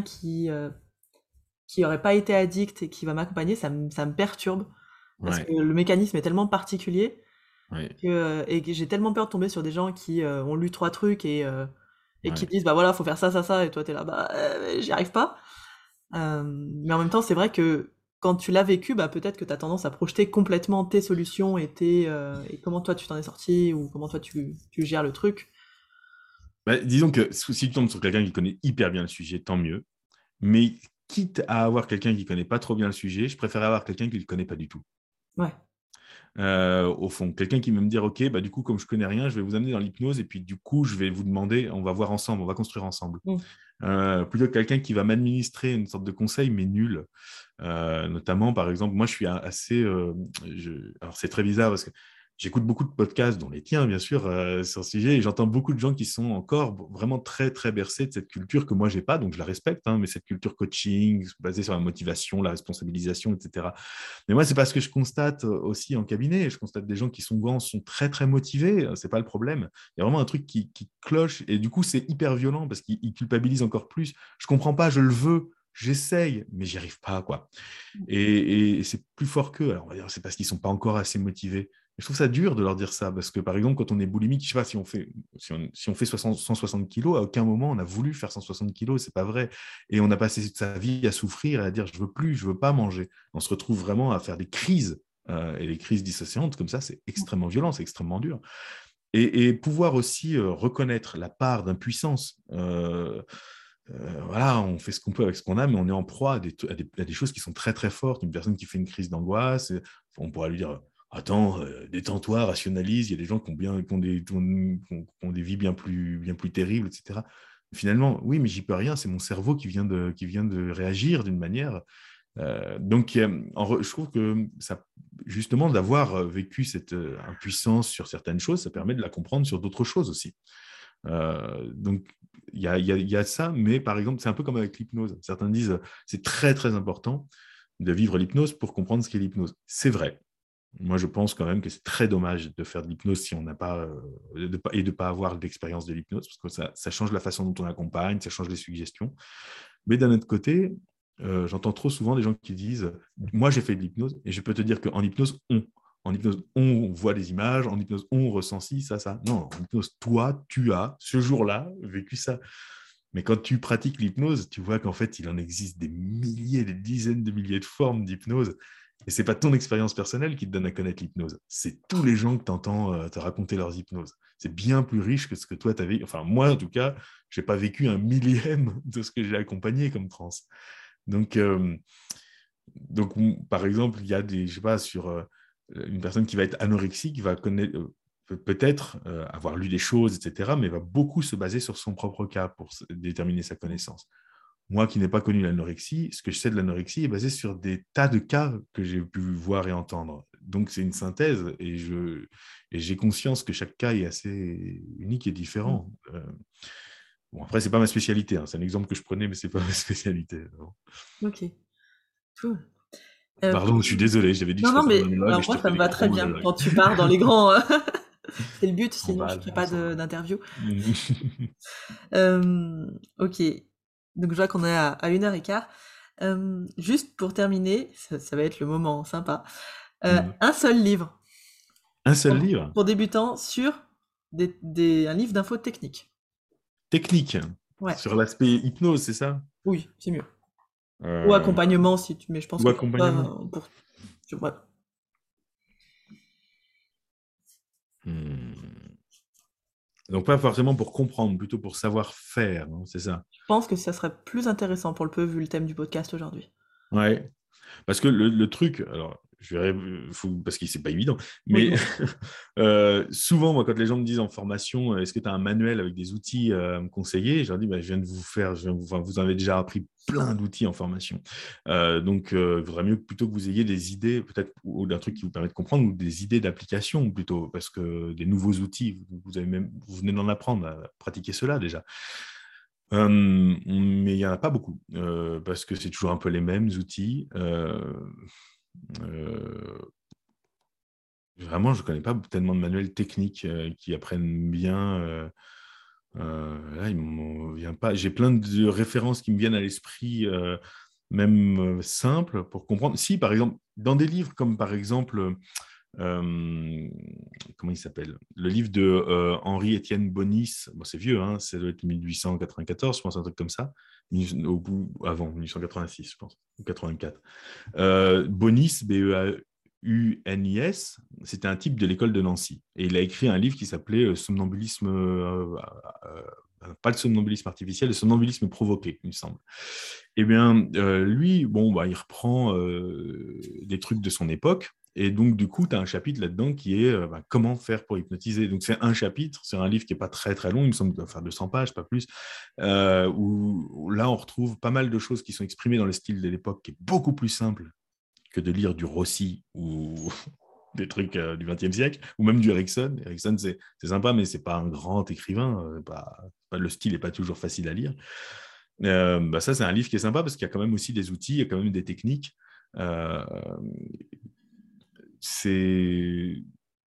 qui aurait pas été addict et qui va m'accompagner, ça me perturbe parce Ouais, que le mécanisme est tellement particulier ouais. et que j'ai tellement peur de tomber sur des gens qui ont lu trois trucs et qui Ouais. disent, bah voilà, faut faire ça, ça, ça, et toi, t'es là, bah, j'y arrive pas. Mais en même temps, c'est vrai que quand tu l'as vécu, bah, peut-être que tu as tendance à projeter complètement tes solutions et comment toi tu t'en es sorti ou comment toi tu gères le truc. Bah, disons que si tu tombes sur quelqu'un qui connaît hyper bien le sujet, tant mieux. Mais quitte à avoir quelqu'un qui ne connaît pas trop bien le sujet, je préfère avoir quelqu'un qui ne le connaît pas du tout. Ouais. Au fond, quelqu'un qui va me dire, OK, bah, du coup, comme je connais rien, je vais vous amener dans l'hypnose et puis du coup, je vais vous demander, on va voir ensemble, on va construire ensemble. Mm. Plutôt que quelqu'un qui va m'administrer une sorte de conseil, mais nul. Notamment, par exemple, moi, je suis assez... Alors, c'est très bizarre parce que j'écoute beaucoup de podcasts, dont les tiens, bien sûr, sur ce sujet, et j'entends beaucoup de gens qui sont encore vraiment très, très bercés de cette culture que moi, je n'ai pas, donc je la respecte, hein, mais cette culture coaching, basée sur la motivation, la responsabilisation, etc. Mais moi, c'est parce que je constate aussi en cabinet, je constate des gens qui souvent sont très, très motivés, c'est pas le problème. Il y a vraiment un truc qui cloche, et du coup, c'est hyper violent parce qu'ils culpabilisent encore plus. Je comprends pas, je le veux, j'essaye, mais j'y arrive pas, quoi. Et c'est plus fort qu'eux. Alors, on va dire, c'est parce qu'ils sont pas encore assez motivés. Je trouve ça dur de leur dire ça, parce que par exemple, quand on est boulimique, je sais pas, si on fait 160 kilos, à aucun moment on a voulu faire 160 kilos, c'est pas vrai. Et on a passé sa vie à souffrir et à dire je veux plus, je veux pas manger. On se retrouve vraiment à faire des crises, et les crises dissociantes comme ça, c'est extrêmement violent, c'est extrêmement dur. Et pouvoir aussi reconnaître la part d'impuissance voilà, on fait ce qu'on peut avec ce qu'on a, mais on est en proie à des choses qui sont très, très fortes. Une personne qui fait une crise d'angoisse, on pourra lui dire, attends, détends-toi, rationalise. Il y a des gens qui ont des vies bien plus terribles, etc. Finalement, oui, mais j'y peux rien. C'est mon cerveau qui vient de réagir d'une manière. Donc, je trouve que ça, justement, d'avoir vécu cette impuissance sur certaines choses, ça permet de la comprendre sur d'autres choses aussi. Donc, il y a ça, mais par exemple, c'est un peu comme avec l'hypnose. Certains disent c'est très, très important de vivre l'hypnose pour comprendre ce qu'est l'hypnose. C'est vrai. Moi, je pense quand même que c'est très dommage de faire de l'hypnose si on n'a pas, et de ne pas avoir l'expérience de l'hypnose, parce que ça change la façon dont on accompagne, ça change les suggestions. Mais d'un autre côté, j'entends trop souvent des gens qui disent moi, j'ai fait de l'hypnose, et je peux te dire qu'en hypnose, en hypnose, on voit des images, en hypnose, on ressent ci, ça. Non, en hypnose, toi, tu as, ce jour-là, vécu ça. Mais quand tu pratiques l'hypnose, tu vois qu'en fait, il en existe des milliers, des dizaines de milliers de formes d'hypnose. Et ce n'est pas ton expérience personnelle qui te donne à connaître l'hypnose. C'est tous les gens que tu entends te raconter leurs hypnoses. C'est bien plus riche que ce que toi, tu as vécu. Enfin, moi, en tout cas, je n'ai pas vécu un millième de ce que j'ai accompagné comme transe. Donc, donc, par exemple, il y a des, je sais pas, sur une personne qui va être anorexique, va connaître, peut-être avoir lu des choses, etc., mais va beaucoup se baser sur son propre cas pour déterminer sa connaissance. Moi qui n'ai pas connu l'anorexie, ce que je sais de l'anorexie est basé sur des tas de cas que j'ai pu voir et entendre. Donc, c'est une synthèse et j'ai conscience que chaque cas est assez unique et différent. Bon, après, ce n'est pas ma spécialité. Hein. C'est un exemple que je prenais, mais ce n'est pas ma spécialité. Non. Ok. Cool. Pardon, je suis désolé, j'avais dit que Non, je non, ferais pas de mais monologue et je moi, te ça fais me des va gros très bien monologues. quand tu pars dans les grands. C'est le but, On sinon je va, ne ferai on pas s'en va. d'interview. Ok. Donc je vois qu'on est à 1h15. Juste pour terminer, ça va être le moment sympa. Un seul livre Un seul livre pour débutants sur un livre d'infos techniques. technique Ouais, sur l'aspect hypnose, c'est ça? oui, c'est mieux. Ou Euh, accompagnement si tu, mais je pense ou que pour toi, accompagnement? ouais. Hmm. Donc, pas forcément pour comprendre, plutôt pour savoir faire, non, c'est ça? Je pense que ça serait plus intéressant pour le peu vu le thème du podcast aujourd'hui. Ouais. Parce que le truc, alors, parce que c'est pas évident, Oui, mais souvent, moi, quand les gens me disent en formation, est-ce que tu as un manuel avec des outils à me conseiller? Je leur dis, bah, je viens de vous faire, enfin, vous en avez déjà appris plein d'outils en formation. Donc, il vaudrait mieux plutôt que vous ayez des idées, peut-être, ou d'un truc qui vous permet de comprendre, ou des idées d'application plutôt, parce que des nouveaux outils, vous venez d'en apprendre à pratiquer cela déjà. Mais il n'y en a pas beaucoup, parce que c'est toujours un peu les mêmes outils. Euh, Vraiment, je ne connais pas tellement de manuels techniques qui apprennent bien. Là, il m'en vient pas. J'ai plein de références qui me viennent à l'esprit, même simples, pour comprendre. Si, par exemple, dans des livres comme par exemple, comment il s'appelle? Le livre de Henri-Étienne Bonis, bon, c'est vieux, hein, ça doit être 1894, je pense, un truc comme ça, avant 1886, je pense, ou 84. Bonis, Bunis, c'était un type de l'école de Nancy. Et il a écrit un livre qui s'appelait Somnambulisme, pas le somnambulisme artificiel, le somnambulisme provoqué, il me semble. Eh bien, lui, bon, bah, il reprend des trucs de son époque. Et donc, du coup, tu as un chapitre là-dedans qui est bah, comment faire pour hypnotiser. Donc, c'est un chapitre, c'est un livre qui n'est pas très, très long, il me semble qu'il doit faire 200 pages, pas plus, où là, on retrouve pas mal de choses qui sont exprimées dans le style de l'époque, qui est beaucoup plus simple que de lire du Rossi ou des trucs du XXe siècle, ou même du Erickson. Erickson, c'est sympa, mais c'est pas un grand écrivain. Le style n'est pas toujours facile à lire. Bah ça, c'est un livre qui est sympa parce qu'il y a quand même aussi des outils, il y a quand même des techniques. Euh, c'est...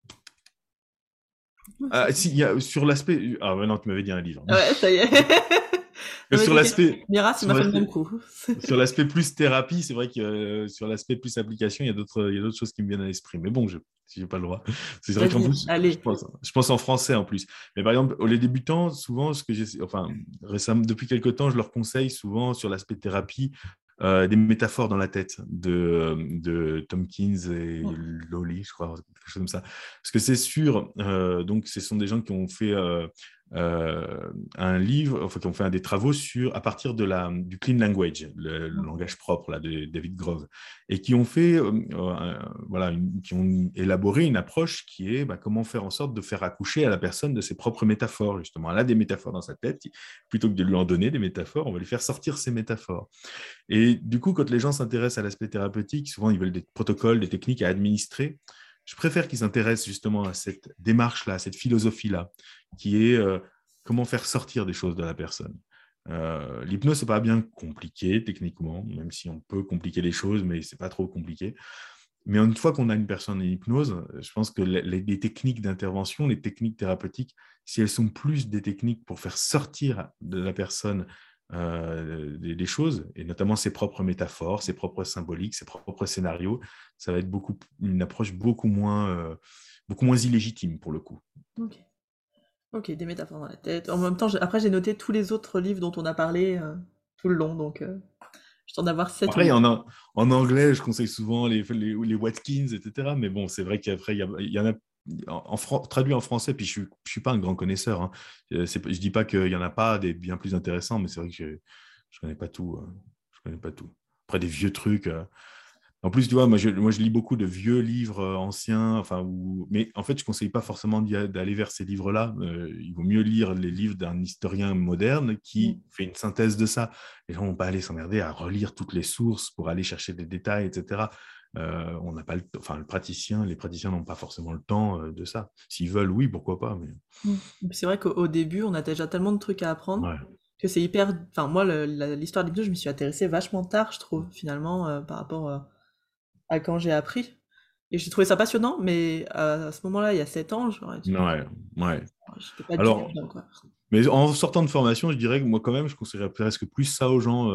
Ah, si, il y a, sur l'aspect... Ah, ouais, non, tu m'avais dit un livre. Ouais, ça y est. Non, mais Sur t'inquiète, l'aspect... Mira, il Sur m'a fait le même l'aspect... coup. Sur l'aspect plus thérapie, c'est vrai que sur l'aspect plus application, il y a d'autres choses qui me viennent à l'esprit. Mais bon, si j'ai pas le droit. C'est vrai qu'en Vas-y, plus, allez. je pense en français en plus. Mais par exemple, les débutants, souvent, enfin, récemment, depuis quelque temps, je leur conseille souvent sur l'aspect thérapie des métaphores dans la tête de Tompkins et Lolly, je crois, quelque chose comme ça. Parce que c'est sûr, donc ce sont des gens qui ont fait un livre, enfin, qui ont fait des travaux à partir du clean language, le langage propre là, de David Grove, et qui ont fait, voilà, qui ont élaboré une approche qui est comment faire en sorte de faire accoucher à la personne de ses propres métaphores, justement. Elle a des métaphores dans sa tête, plutôt que de lui en donner des métaphores, on va lui faire sortir ces métaphores. Et du coup, quand les gens s'intéressent à l'aspect thérapeutique, souvent ils veulent des protocoles, des techniques à administrer. Je préfère qu'ils s'intéressent justement à cette démarche-là, à cette philosophie-là, qui est comment faire sortir des choses de la personne. L'hypnose, c'est pas bien compliqué techniquement, même si on peut compliquer les choses, mais c'est pas trop compliqué. Mais une fois qu'on a une personne en hypnose, je pense que les techniques d'intervention, les techniques thérapeutiques, si elles sont plus des techniques pour faire sortir de la personne des choses, et notamment ses propres métaphores, ses propres symboliques, ses propres scénarios, ça va être une approche beaucoup moins illégitime pour le coup. Ok, des métaphores dans la tête. En même temps, après j'ai noté tous les autres livres dont on a parlé tout le long, donc je t'en avoir 7 ou Après, 8. en anglais, je conseille souvent les Watkins, etc. Mais bon, c'est vrai qu'après, il y en a traduit en français, puis je suis pas un grand connaisseur. Hein. Je dis pas qu'il y en a pas des bien plus intéressants, mais c'est vrai que je connais pas tout. Je connais pas tout. Après, des vieux trucs. En plus, tu vois, moi, je lis beaucoup de vieux livres anciens, enfin, mais en fait, je ne conseille pas forcément d'aller vers ces livres-là. Il vaut mieux lire les livres d'un historien moderne qui fait une synthèse de ça. Les gens ne vont pas aller s'emmerder à relire toutes les sources pour aller chercher des détails, etc. On n'a pas les praticiens n'ont pas forcément le temps de ça. S'ils veulent, oui, pourquoi pas. Mais... C'est vrai qu'au début, on a déjà tellement de trucs à apprendre Ouais. que c'est hyper. Enfin, moi, l'histoire de l'hypnose, je m'y suis intéressée vachement tard, je trouve, finalement, par rapport à quand j'ai appris. Et j'ai trouvé ça passionnant, mais à ce moment-là, il y a 7 ans, j'aurais dit, Ouais, ouais. j'étais pas du tout Alors, dedans, quoi. mais en sortant de formation, je dirais que moi, quand même, je conseillerais presque plus ça aux gens.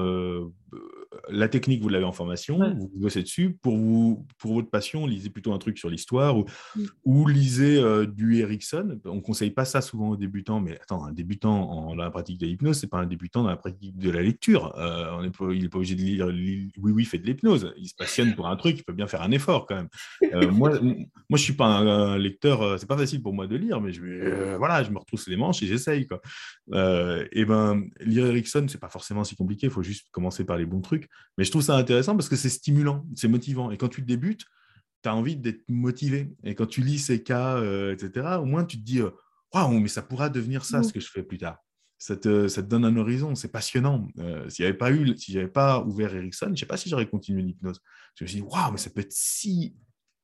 La technique, vous l'avez en formation, Ouais. vous bossez dessus. Pour votre passion, lisez plutôt un truc sur l'histoire Mm. ou lisez du Erickson. On ne conseille pas ça souvent aux débutants, mais attends, un débutant dans la pratique de l'hypnose, ce n'est pas un débutant dans la pratique de la lecture. Il n'est pas obligé de lire Oui, oui, fait de l'hypnose. Il se passionne pour un truc, il peut bien faire un effort quand même. Moi, je suis pas un lecteur, c'est pas facile pour moi de lire, mais voilà, je me retrousse les manches et j'essaye, quoi. Et ben, lire Erickson, c'est pas forcément si compliqué, il faut juste commencer par les bons trucs. Mais je trouve ça intéressant parce que c'est stimulant, c'est motivant. Et quand tu débutes, tu as envie d'être motivé. Et quand tu lis ces cas, etc., au moins tu te dis, waouh, mais ça pourra devenir ça, ce que je fais plus tard. Ça te donne un horizon, c'est passionnant. Si j'avais pas ouvert Erickson, je ne sais pas si j'aurais continué l'hypnose. Je me suis dit, waouh, mais ça peut être si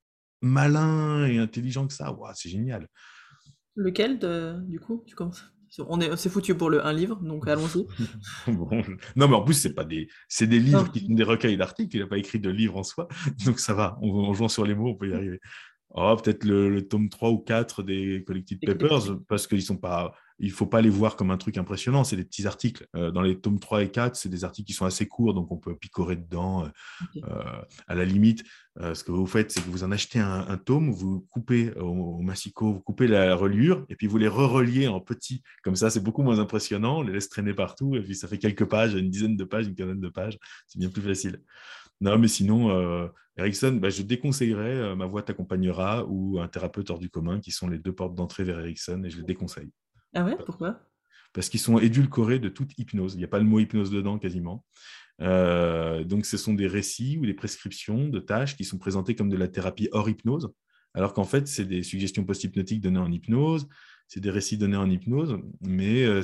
malin et intelligent que ça. Waouh, c'est génial. Lequel, du coup, tu commences? C'est foutu pour un livre, donc allons-y. Bon, non, mais en plus, c'est des livres Non. qui sont des recueils d'articles. Il n'a pas écrit de livre en soi. Donc ça va. En jouant sur les mots, on peut y arriver. Oh, peut-être le tome 3 ou 4 des Collected Papers, parce qu'il ne faut pas les voir comme un truc impressionnant. C'est des petits articles. Dans les tomes 3 et 4, c'est des articles qui sont assez courts, donc on peut picorer dedans. Ok. À la limite, ce que vous faites, c'est que vous en achetez un tome, vous coupez au massicot, vous coupez la reliure, et puis vous les re-reliez en petits. Comme ça, c'est beaucoup moins impressionnant. On les laisse traîner partout, et puis ça fait quelques pages, une dizaine de pages, une quinzaine de pages. C'est bien plus facile. Non, mais sinon, Erickson, je déconseillerais Ma voix t'accompagnera ou Un thérapeute hors du commun, qui sont les deux portes d'entrée vers Erickson, et je les déconseille. Ah ouais, pourquoi? Parce qu'ils sont édulcorés de toute hypnose. Il n'y a pas le mot hypnose dedans quasiment. Donc, ce sont des récits ou des prescriptions de tâches qui sont présentées comme de la thérapie hors hypnose, alors qu'en fait, c'est des suggestions post-hypnotiques données en hypnose, c'est des récits donnés en hypnose, mais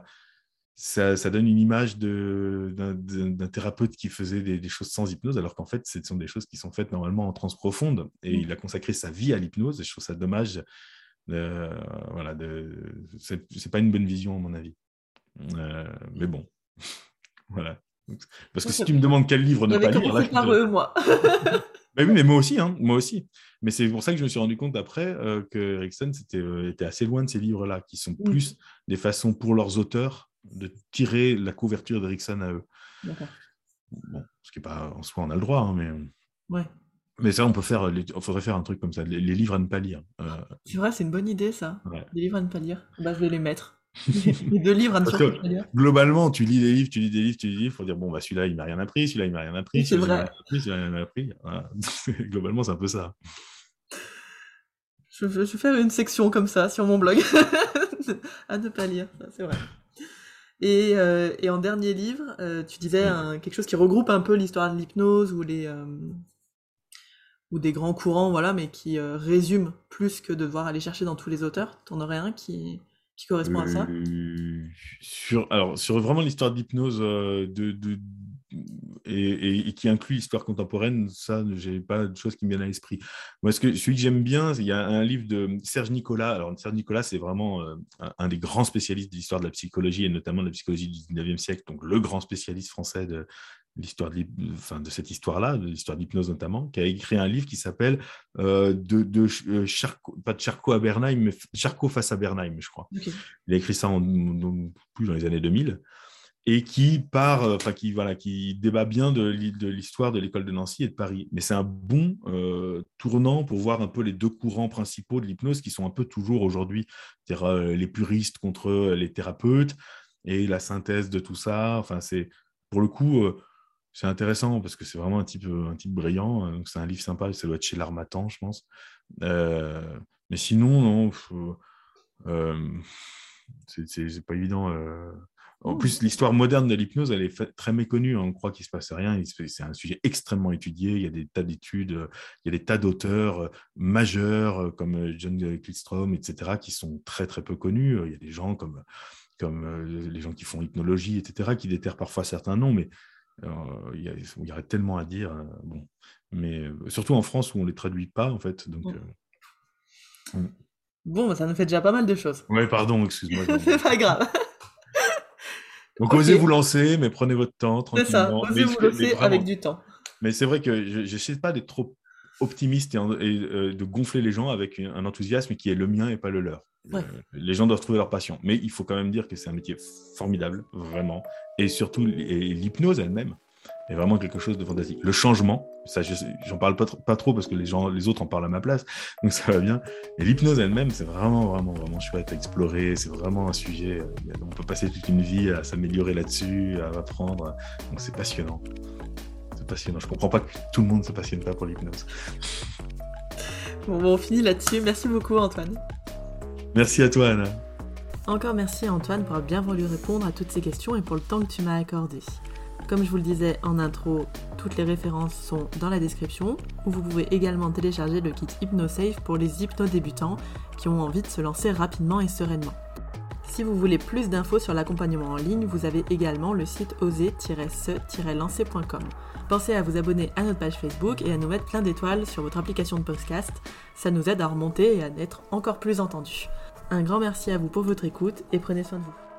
ça donne une image d'un thérapeute qui faisait des choses sans hypnose, alors qu'en fait, ce sont des choses qui sont faites normalement en transe profonde, et il a consacré sa vie à l'hypnose, et je trouve ça dommage. Voilà, c'est pas une bonne vision, à mon avis. Mais bon, voilà. Parce que si tu me demandes quel livre ne J'avais pas lire, là, commencé je te par dirais. eux, moi. Ben oui, mais moi aussi, hein, moi aussi. Mais c'est pour ça que je me suis rendu compte après que Erickson était assez loin de ces livres-là, qui sont plus des façons pour leurs auteurs de tirer la couverture d'Erickson à eux. D'accord. Bon, ce qui n'est pas en soi, on a le droit, hein, Ouais. mais ça, il faudrait faire un truc comme ça, les livres à ne pas lire. C'est vrai, c'est une bonne idée, ça. Ouais. Des livres à ne pas lire. Bah, je vais les mettre. Les 2 livres à ne Parce surtout que pas lire. globalement, tu lis des livres, tu lis des livres, tu lis des livres, il faut dire, bon, celui-là, il m'a rien appris, celui-là, il m'a rien appris, Oui, c'est celui-là, il m'a rien vrai. appris, celui-là, il m'a appris. Voilà. Globalement, c'est un peu ça. Je vais faire une section comme ça sur mon blog. à ne pas lire, ça, c'est vrai. Et en dernier livre, tu disais quelque chose qui regroupe un peu l'histoire de l'hypnose ou ou des grands courants, voilà, mais qui résume plus que de devoir aller chercher dans tous les auteurs. T'en aurais un qui correspond à ça? Sur vraiment l'histoire de l'hypnose et qui inclut l'histoire contemporaine, ça, j'ai pas de choses qui me viennent à l'esprit. Moi, celui que j'aime bien, il y a un livre de Serge Nicolas. Alors, Serge Nicolas, c'est vraiment un des grands spécialistes de l'histoire de la psychologie et notamment de la psychologie du 19e siècle, donc le grand spécialiste français de l'histoire de cette histoire-là, de l'histoire de l'hypnose notamment, qui a écrit un livre qui s'appelle Charcot, pas de Charcot à Bernheim, mais Charcot face à Bernheim, je crois. Okay. Il a écrit ça plus dans les années 2000 et qui débat bien de l'histoire de l'école de Nancy et de Paris. Mais c'est un bon tournant pour voir un peu les deux courants principaux de l'hypnose qui sont un peu toujours aujourd'hui, c'est-à-dire les puristes contre les thérapeutes et la synthèse de tout ça. Enfin, c'est pour le coup, c'est intéressant parce que c'est vraiment un type brillant. Donc c'est un livre sympa, ça doit être chez l'Harmattan, je pense. Mais sinon, non. C'est pas évident. En plus, l'histoire moderne de l'hypnose, elle est très méconnue. On croit qu'il ne se passe rien. C'est un sujet extrêmement étudié. Il y a des tas d'études, il y a des tas d'auteurs majeurs comme John Klistrom, etc., qui sont très, très peu connus. Il y a des gens comme les gens qui font hypnologie, etc., qui déterrent parfois certains noms, mais il y aurait tellement à dire. Bon. Mais surtout en France où on ne les traduit pas, en fait. Donc, Bon, bah, ça nous fait déjà pas mal de choses. Oui, pardon, excuse-moi. C'est pas grave. Donc, osez vous lancer, mais prenez votre temps, tranquillement. C'est ça, osez vous lancer avec du temps. Mais c'est vrai que je n'essaie pas d'être trop optimiste et de gonfler les gens avec un enthousiasme qui est le mien et pas le leur. Ouais. Les gens doivent trouver leur passion. Mais il faut quand même dire que c'est un métier formidable, vraiment. Et surtout, l'hypnose elle-même est vraiment quelque chose de fantastique. Le changement, ça, j'en parle pas trop parce que les autres en parlent à ma place, donc ça va bien. Et l'hypnose elle-même, c'est vraiment, vraiment, vraiment chouette à explorer. C'est vraiment un sujet. On peut passer toute une vie à s'améliorer là-dessus, à apprendre. Donc c'est passionnant. C'est passionnant. Je comprends pas que tout le monde ne se passionne pas pour l'hypnose. Bon, on finit là-dessus. Merci beaucoup, Antoine. Merci à toi, Anna. Encore merci à Antoine pour avoir bien voulu répondre à toutes ces questions et pour le temps que tu m'as accordé. Comme je vous le disais en intro, toutes les références sont dans la description, où vous pouvez également télécharger le kit HypnoSafe pour les hypnodébutants qui ont envie de se lancer rapidement et sereinement. Si vous voulez plus d'infos sur l'accompagnement en ligne, vous avez également le site oser-se-lancer.com. Pensez à vous abonner à notre page Facebook et à nous mettre plein d'étoiles sur votre application de podcast, ça nous aide à remonter et à être encore plus entendus. Un grand merci à vous pour votre écoute et prenez soin de vous.